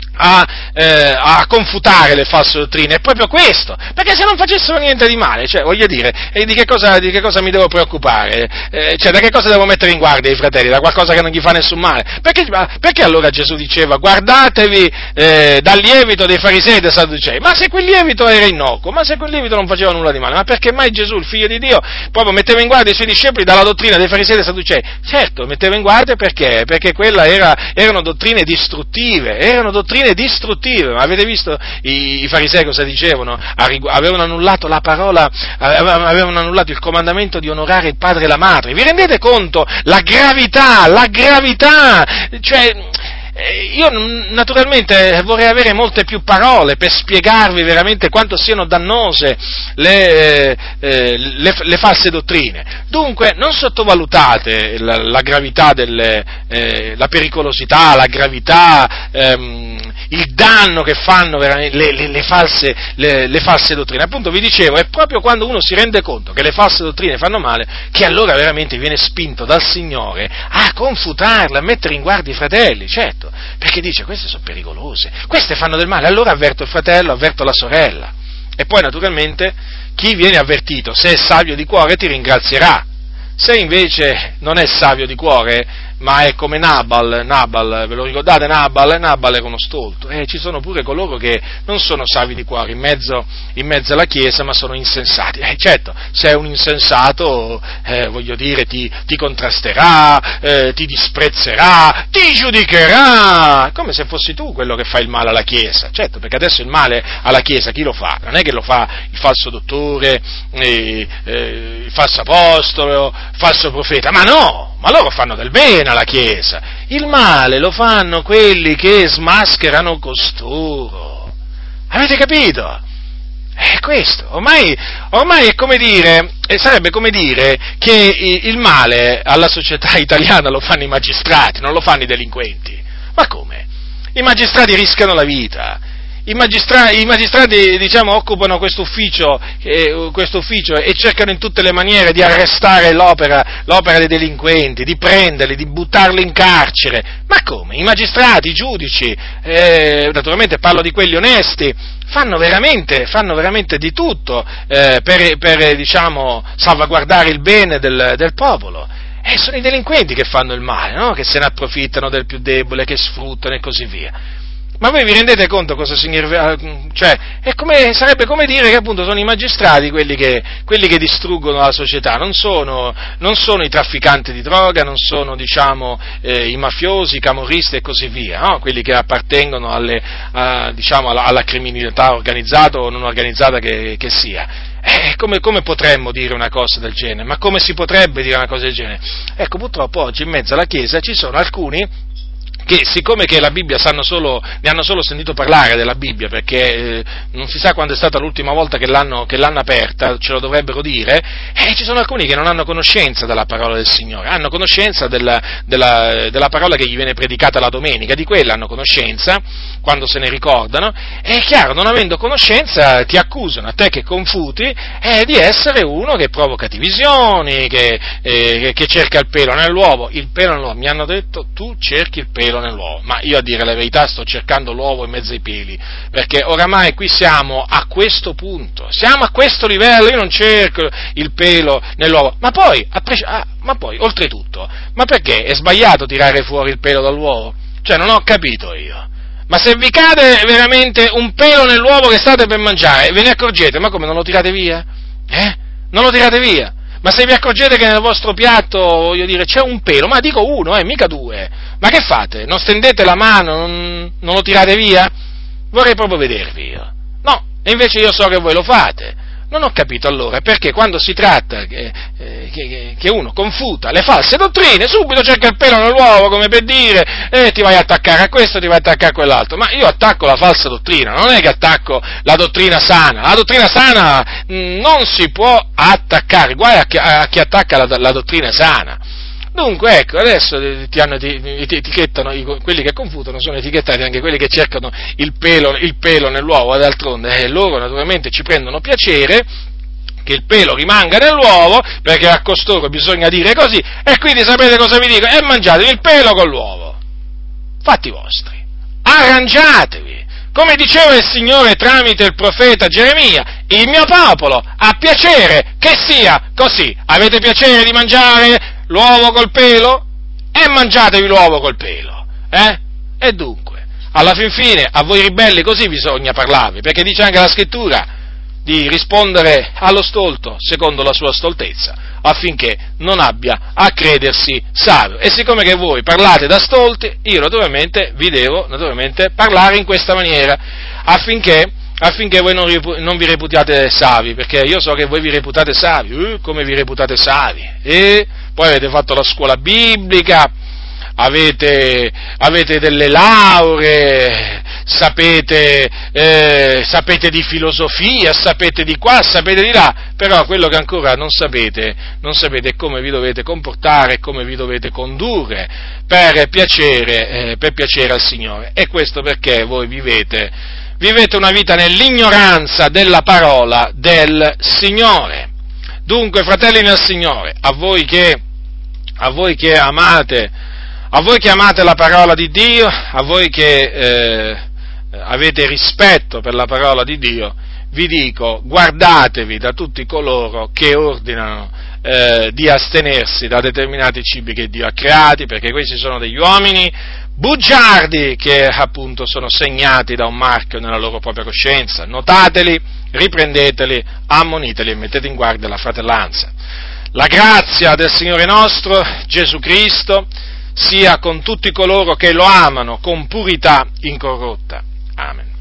a confutare le false dottrine, è proprio questo, perché se non facessero niente di male, cioè voglio dire, di che cosa mi devo preoccupare? Cioè da che cosa devo mettere in guardia i fratelli? Da qualcosa che non gli fa nessun male? Perché allora Gesù diceva guardatevi dal lievito dei farisei e dei sadducei? Ma se quel lievito era innocuo, ma se quel lievito non faceva nulla di male, ma perché mai Gesù, il figlio di Dio, proprio metteva in guardia i suoi discepoli dalla dottrina dei farisei e dei sadducei? Certo, metteva in guardia perché quella erano dottrine distruttive, ma avete visto i farisei cosa dicevano? Avevano annullato la parola, avevano annullato il comandamento di onorare il padre e la madre. Vi rendete conto? La gravità, cioè, io naturalmente vorrei avere molte più parole per spiegarvi veramente quanto siano dannose le false dottrine. Dunque, non sottovalutate la gravità la pericolosità, la gravità, il danno che fanno veramente le false dottrine. Appunto vi dicevo, è proprio quando uno si rende conto che le false dottrine fanno male, che allora veramente viene spinto dal Signore a confutarle, a mettere in guardia i fratelli, certo. Perché dice, queste sono pericolose, queste fanno del male, allora avverto il fratello, avverto la sorella. E poi naturalmente chi viene avvertito, se è savio di cuore, ti ringrazierà. Se invece non è savio di cuore, ma è come Nabal, ve lo ricordate Nabal? Nabal era uno stolto, ci sono pure coloro che non sono savi di cuore in mezzo alla Chiesa, ma sono insensati. Certo, se è un insensato, voglio dire, ti contrasterà, ti disprezzerà, ti giudicherà, come se fossi tu quello che fa il male alla Chiesa. Certo, perché adesso il male alla Chiesa chi lo fa? Non è che lo fa il falso dottore, il falso apostolo, il falso profeta, ma no! Ma loro fanno del bene alla Chiesa, il male lo fanno quelli che smascherano costoro. Avete capito? È questo, ormai è come dire, sarebbe come dire che il male alla società italiana lo fanno i magistrati, non lo fanno i delinquenti. Ma come? I magistrati rischiano la vita. I magistrati, diciamo, occupano questo ufficio e cercano in tutte le maniere di arrestare l'opera dei delinquenti, di prenderli, di buttarli in carcere. Ma come? I magistrati, i giudici, naturalmente parlo di quelli onesti, fanno veramente di tutto per diciamo, salvaguardare il bene del popolo. Sono i delinquenti che fanno il male, no? Che se ne approfittano del più debole, che sfruttano e così via. Ma voi vi rendete conto cosa significa? Cioè, sarebbe come dire che appunto sono i magistrati quelli che distruggono la società, non sono i trafficanti di droga, non sono, diciamo, i mafiosi, i camorristi e così via, no? Quelli che appartengono alla criminalità organizzata o non organizzata che sia. Come potremmo dire una cosa del genere? Ma come si potrebbe dire una cosa del genere? Ecco, purtroppo oggi in mezzo alla Chiesa ci sono alcuni che siccome che la Bibbia ne hanno solo sentito parlare della Bibbia, perché non si sa quando è stata l'ultima volta che l'hanno aperta, ce lo dovrebbero dire, ci sono alcuni che non hanno conoscenza della parola del Signore, hanno conoscenza della parola che gli viene predicata la domenica, di quella hanno conoscenza, quando se ne ricordano, e è chiaro, non avendo conoscenza ti accusano, a te che confuti, di essere uno che provoca divisioni, che cerca il pelo nell'uovo. Mi hanno detto, tu cerchi il pelo nell'uovo, ma io a dire la verità sto cercando l'uovo in mezzo ai peli, perché oramai qui siamo a questo punto, siamo a questo livello, io non cerco il pelo nell'uovo, ma poi oltretutto, ma perché è sbagliato tirare fuori il pelo dall'uovo? Cioè non ho capito io. Ma se vi cade veramente un pelo nell'uovo che state per mangiare, ve ne accorgete, ma come, non lo tirate via? Non lo tirate via? Ma se vi accorgete che nel vostro piatto, voglio dire, c'è un pelo, ma dico uno, mica due, ma che fate? Non stendete la mano, non lo tirate via? Vorrei proprio vedervi io. No, e invece io so che voi lo fate. Non ho capito allora perché quando si tratta che uno confuta le false dottrine, subito cerca il pelo nell'uovo, come per dire, ti vai a attaccare a questo, ti vai a attaccare a quell'altro. Ma io attacco la falsa dottrina, non è che attacco la dottrina sana. La dottrina sana non si può attaccare, guai a chi attacca la dottrina sana. Dunque, ecco, adesso ti etichettano, quelli che confutano sono etichettati anche quelli che cercano il pelo nell'uovo, e d'altronde loro naturalmente ci prendono piacere che il pelo rimanga nell'uovo, perché a costoro bisogna dire così, e quindi sapete cosa vi dico? Mangiatevi il pelo con l'uovo, fatti vostri, arrangiatevi, come diceva il Signore tramite il profeta Geremia, il mio popolo ha piacere che sia così. Avete piacere di mangiare l'uovo col pelo? E mangiatevi l'uovo col pelo, E dunque, alla fin fine, a voi ribelli così bisogna parlarvi, perché dice anche la Scrittura di rispondere allo stolto secondo la sua stoltezza, affinché non abbia a credersi savio. E siccome che voi parlate da stolti, io naturalmente vi devo parlare in questa maniera, affinché voi non vi reputiate savi, perché io so che voi vi reputate savi, come vi reputate savi, poi avete fatto la scuola biblica, avete delle lauree, sapete di filosofia, sapete di qua, sapete di là, però quello che ancora non sapete è come vi dovete comportare e come vi dovete condurre per piacere al Signore. E questo perché voi vivete una vita nell'ignoranza della parola del Signore. Dunque, fratelli nel Signore, a voi che amate la parola di Dio, a voi che avete rispetto per la parola di Dio, vi dico, guardatevi da tutti coloro che ordinano di astenersi da determinati cibi che Dio ha creati, perché questi sono degli uomini bugiardi che appunto sono segnati da un marchio nella loro propria coscienza. Notateli, riprendeteli, ammoniteli e mettete in guardia la fratellanza. La grazia del Signore nostro Gesù Cristo sia con tutti coloro che lo amano con purità incorrotta. Amen.